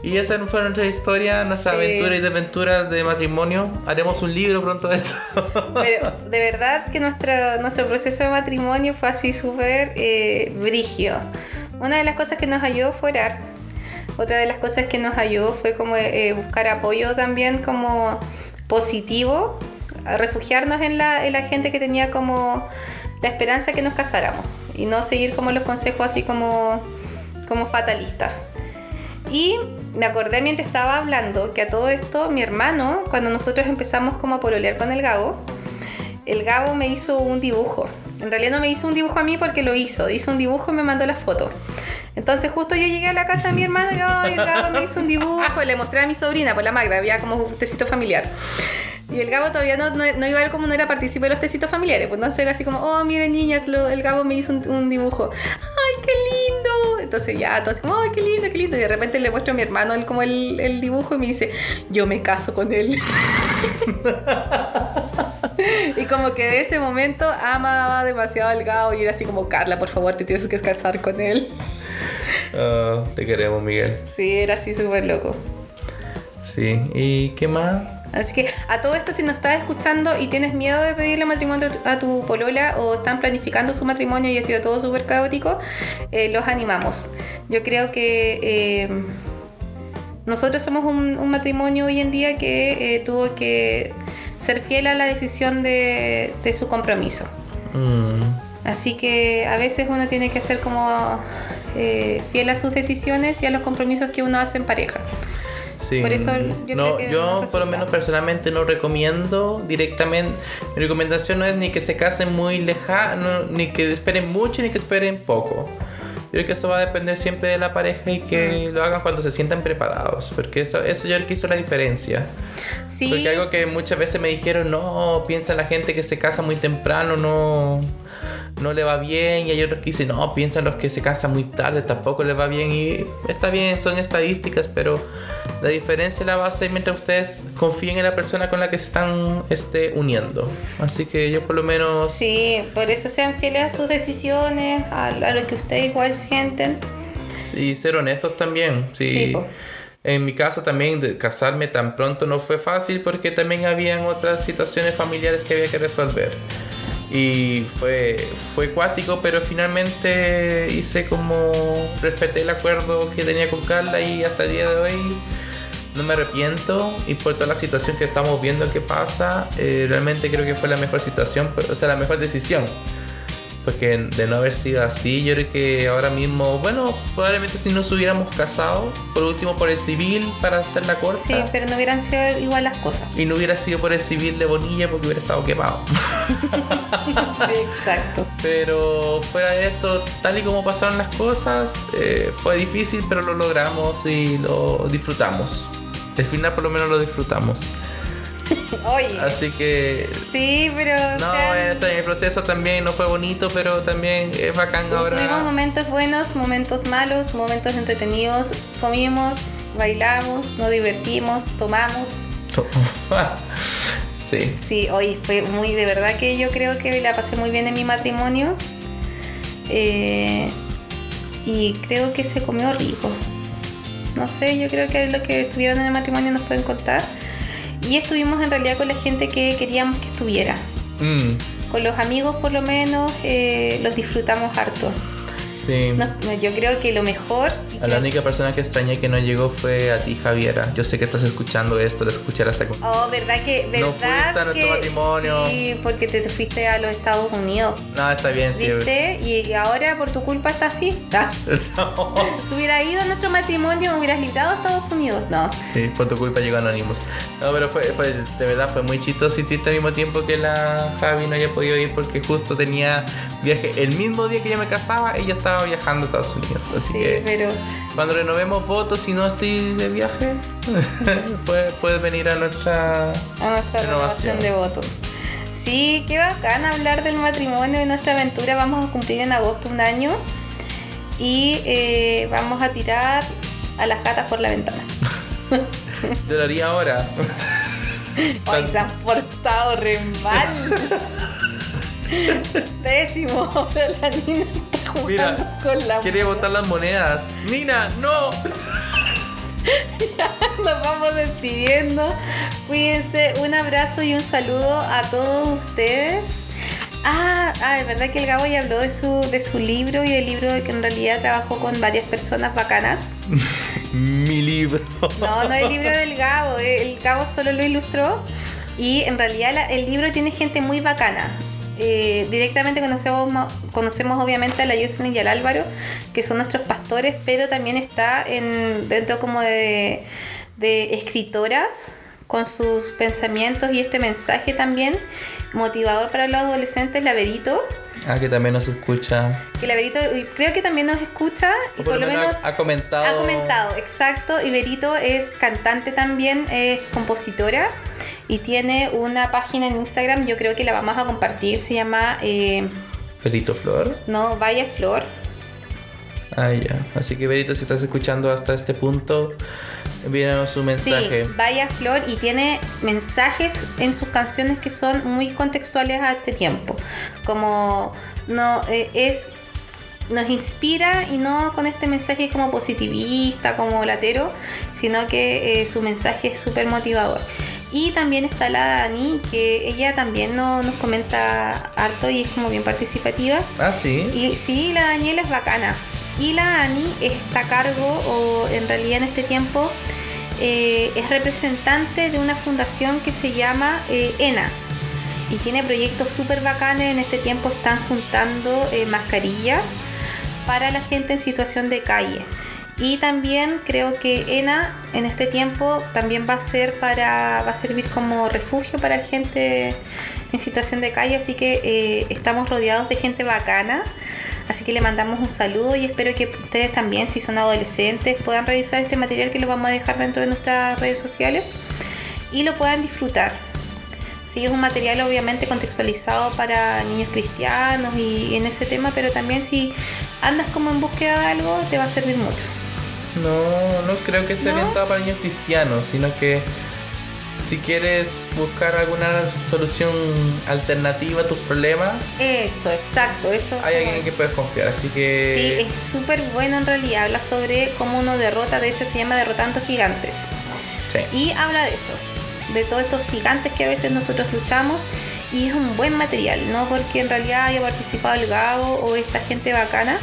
Y esa fue nuestra historia, nuestra aventura y desventuras de matrimonio. Haremos un libro pronto de esto. Pero de verdad que nuestro proceso de matrimonio fue así súper brígido. Una de las cosas que nos ayudó fue orar. Otra de las cosas que nos ayudó fue como buscar apoyo también como positivo, a refugiarnos en la gente que tenía como la esperanza que nos casáramos y no seguir como los consejos así como fatalistas. Y me acordé mientras estaba hablando que a todo esto mi hermano, cuando nosotros empezamos como a pololear con el Gabo me hizo un dibujo. En realidad no me hizo un dibujo a mí porque lo hizo un dibujo y me mandó la foto. Entonces justo yo llegué a la casa de mi hermano y el Gabo me hizo un dibujo, le mostré a mi sobrina, por la Magda, había como un tecito familiar. Y el Gabo todavía no iba a ver cómo no era partícipe de los tecitos familiares. Pues entonces era así como, oh, miren niñas, el Gabo me hizo un dibujo. ¡Ay, qué lindo! Entonces ya, todos como, ¡ay, qué lindo, qué lindo! Y de repente le muestro a mi hermano como el dibujo y me dice, yo me caso con él. Y como que de ese momento amaba demasiado al Gabo y era así como, Carla, por favor, te tienes que casar con él. Te queremos, Miguel. Sí, era así súper loco. Sí, ¿y qué más? Así que a todo esto, si nos estás escuchando y tienes miedo de pedirle matrimonio a tu polola o están planificando su matrimonio y ha sido todo súper caótico, los animamos. Yo creo que nosotros somos un matrimonio hoy en día que tuvo que ser fiel a la decisión de su compromiso. Así que a veces uno tiene que ser como fiel a sus decisiones y a los compromisos que uno hace en pareja. Sí. Por eso yo por lo menos personalmente no recomiendo directamente. Mi recomendación no es ni que se casen muy lejano, ni que esperen mucho, ni que esperen poco. Yo creo que eso va a depender siempre de la pareja y que lo hagan cuando se sientan preparados, porque eso yo creo que hizo la diferencia. Sí. Porque algo que muchas veces me dijeron, no, piensa la gente que se casa muy temprano, no le va bien, y hay otros que dicen, no, piensan los que se casan muy tarde, tampoco les va bien, y está bien, son estadísticas, pero la diferencia la va a hacer mientras ustedes confíen en la persona con la que se están uniendo. Así que yo por lo menos... Sí, por eso sean fieles a sus decisiones, a lo que ustedes igual sienten. Sí, ser honestos también. Sí, en mi caso también de casarme tan pronto no fue fácil porque también habían otras situaciones familiares que había que resolver. Y fue cuático, pero finalmente respeté el acuerdo que tenía con Carla y hasta el día de hoy no me arrepiento. Y por toda la situación que estamos viendo que pasa, realmente creo que fue la mejor situación, o sea, la mejor decisión. Porque de no haber sido así, yo creo que ahora mismo, bueno, probablemente si nos hubiéramos casado, por último por el civil para hacer la corta. Sí, pero no hubieran sido igual las cosas. Y no hubiera sido por el civil de Bonilla porque hubiera estado quemado. Sí, exacto. Pero fuera de eso, tal y como pasaron las cosas, fue difícil, pero lo logramos y lo disfrutamos. El final por lo menos lo disfrutamos. Oye. Así que... Sí, pero... No, el proceso también no fue bonito, pero también es bacán ahora. Tuvimos momentos buenos, momentos malos, momentos entretenidos. Comimos, bailamos, nos divertimos, tomamos. Sí. Sí, hoy fue muy... De verdad que yo creo que la pasé muy bien en mi matrimonio. Y creo que se comió rico. No sé, yo creo que los que estuvieron en el matrimonio nos pueden contar. Y estuvimos en realidad con la gente que queríamos que estuviera. Con los amigos por lo menos los disfrutamos harto. Sí. No, yo creo que lo mejor... La única persona que extrañé que no llegó fue a ti, Javiera. Yo sé que estás escuchando esto, lo escucharás algún... Oh, ¿verdad que...? No fuiste a nuestro matrimonio. Sí, porque te fuiste a los Estados Unidos. No, está bien, sí. ¿Viste? Y ahora por tu culpa está así. No. Tú hubieras ido a nuestro matrimonio, me hubieras librado a Estados Unidos. No. Sí, por tu culpa llegó Anonymous. No, pero fue de verdad, fue muy chistoso y triste al mismo tiempo que la Javi no haya podido ir porque justo tenía viaje. El mismo día que yo me casaba, ella estaba viajando a Estados Unidos. Así que pero... cuando renovemos votos, si no estoy de viaje, puedes venir a nuestra renovación de votos. Sí, qué bacán hablar del matrimonio de nuestra aventura. Vamos a cumplir en agosto 1 año y vamos a tirar a las gatas por la ventana. Te lo haría ahora. Hoy se han portado re mal. Pésimo. Ahora la niña está jugando con la quiere botar las monedas. Nina, no. Nos vamos despidiendo. Cuídense, un abrazo y un saludo a todos ustedes. Es verdad que el Gabo ya habló de su libro y del libro de que en realidad trabajó con varias personas bacanas. Mi libro. No es el libro del Gabo, el Gabo solo lo ilustró y en realidad el libro tiene gente muy bacana. Directamente conocemos obviamente a la Jocelyn y al Álvaro, que son nuestros pastores, pero también está dentro como de escritoras con sus pensamientos y este mensaje también motivador para los adolescentes, la Verito. Que también nos escucha. Que la Verito creo que también nos escucha y por lo menos ha comentado. Ha comentado, exacto. Y Verito es cantante también, es compositora y tiene una página en Instagram, yo creo que la vamos a compartir, se llama... ¿Verito Flor? No, Vaya Flor. Ya. Así que Verito, si estás escuchando hasta este punto, envíanos su mensaje. Sí, Vaya Flor, y tiene mensajes en sus canciones que son muy contextuales a este tiempo. Como nos inspira y no con este mensaje como positivista, como latero, sino que su mensaje es súper motivador. Y también está la Dani, que ella también nos comenta harto y es como bien participativa. Sí. Y sí, la Daniela es bacana. Y la Dani está a cargo, o en realidad en este tiempo es representante de una fundación que se llama ENA. Y tiene proyectos súper bacanes. En este tiempo están juntando mascarillas para la gente en situación de calle. Y también creo que ENA en este tiempo también va a servir como refugio para la gente en situación de calle. Así que estamos rodeados de gente bacana. Así que le mandamos un saludo y espero que ustedes también, si son adolescentes, puedan revisar este material que lo vamos a dejar dentro de nuestras redes sociales y lo puedan disfrutar. Sí, es un material obviamente contextualizado para niños cristianos y en ese tema, pero también si andas como en búsqueda de algo, te va a servir mucho. No creo que esté orientado para niños cristianos, sino que si quieres buscar alguna solución alternativa a tus problemas, eso, exacto, eso. Hay alguien en que puedes confiar, así que... Sí, es súper bueno en realidad, habla sobre cómo uno derrota, de hecho se llama Derrotando Gigantes. Sí. Y habla de eso, de todos estos gigantes que a veces nosotros luchamos, y es un buen material, no porque en realidad haya participado el Gabo o esta gente bacana,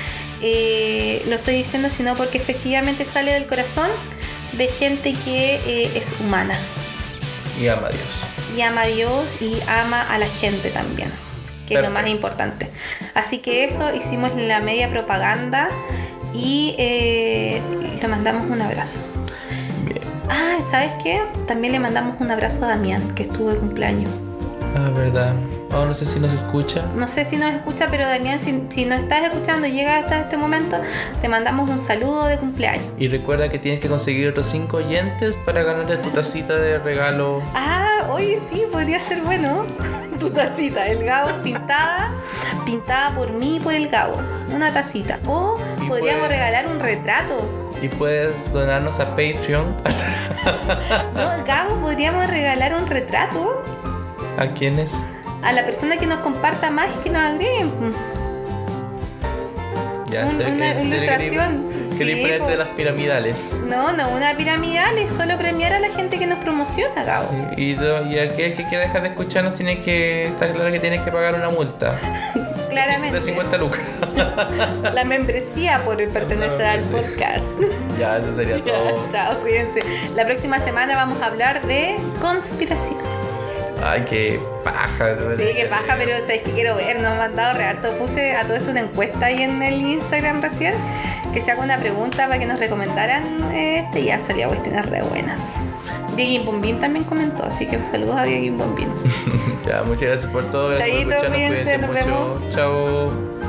lo estoy diciendo, sino porque efectivamente sale del corazón de gente que es humana. Y ama a Dios. Y ama a Dios y ama a la gente también, que Perfecto. Es lo más importante. Así que eso, hicimos la media propaganda y le mandamos un abrazo. Bien. ¿Sabes qué? También le mandamos un abrazo a Damián, que estuvo de cumpleaños. Verdad. No sé si nos escucha. No sé si nos escucha, pero Damián, si nos estás escuchando y llegas hasta este momento, te mandamos un saludo de cumpleaños. Y recuerda que tienes que conseguir otros 5 oyentes para ganarte tu tacita de regalo. Oye, sí, podría ser bueno. Tu tacita, el Gabo pintada por mí y por el Gabo. Una tacita. O podríamos regalar un retrato. Y puedes donarnos a Patreon. No, Gabo, podríamos regalar un retrato. ¿A quiénes? A la persona que nos comparta más y que nos agreguen. Ya, una ilustración. Quería ponerte las piramidales. No, una piramidal es solo premiar a la gente que nos promociona, Gabo. Sí, y aquel que quiera dejar de escucharnos está claro que tienes que pagar una multa. Claramente. De 50 lucas. La membresía por pertenecer al podcast. Ya, eso sería todo. Chao, cuídense. La próxima semana vamos a hablar de conspiraciones. Ay, qué paja. Sí, qué paja, pero sabes que quiero ver, nos han mandado re harto. Puse a todo esto una encuesta ahí en el Instagram recién, que se haga una pregunta para que nos recomendaran y han salido cuestiones re buenas. Dieguín Bombín también comentó, así que saludos a Dieguín Bombín. Ya, muchas gracias por todo. Gracias por escucharnos. Cuídense, nos mucho. vemos. Chao.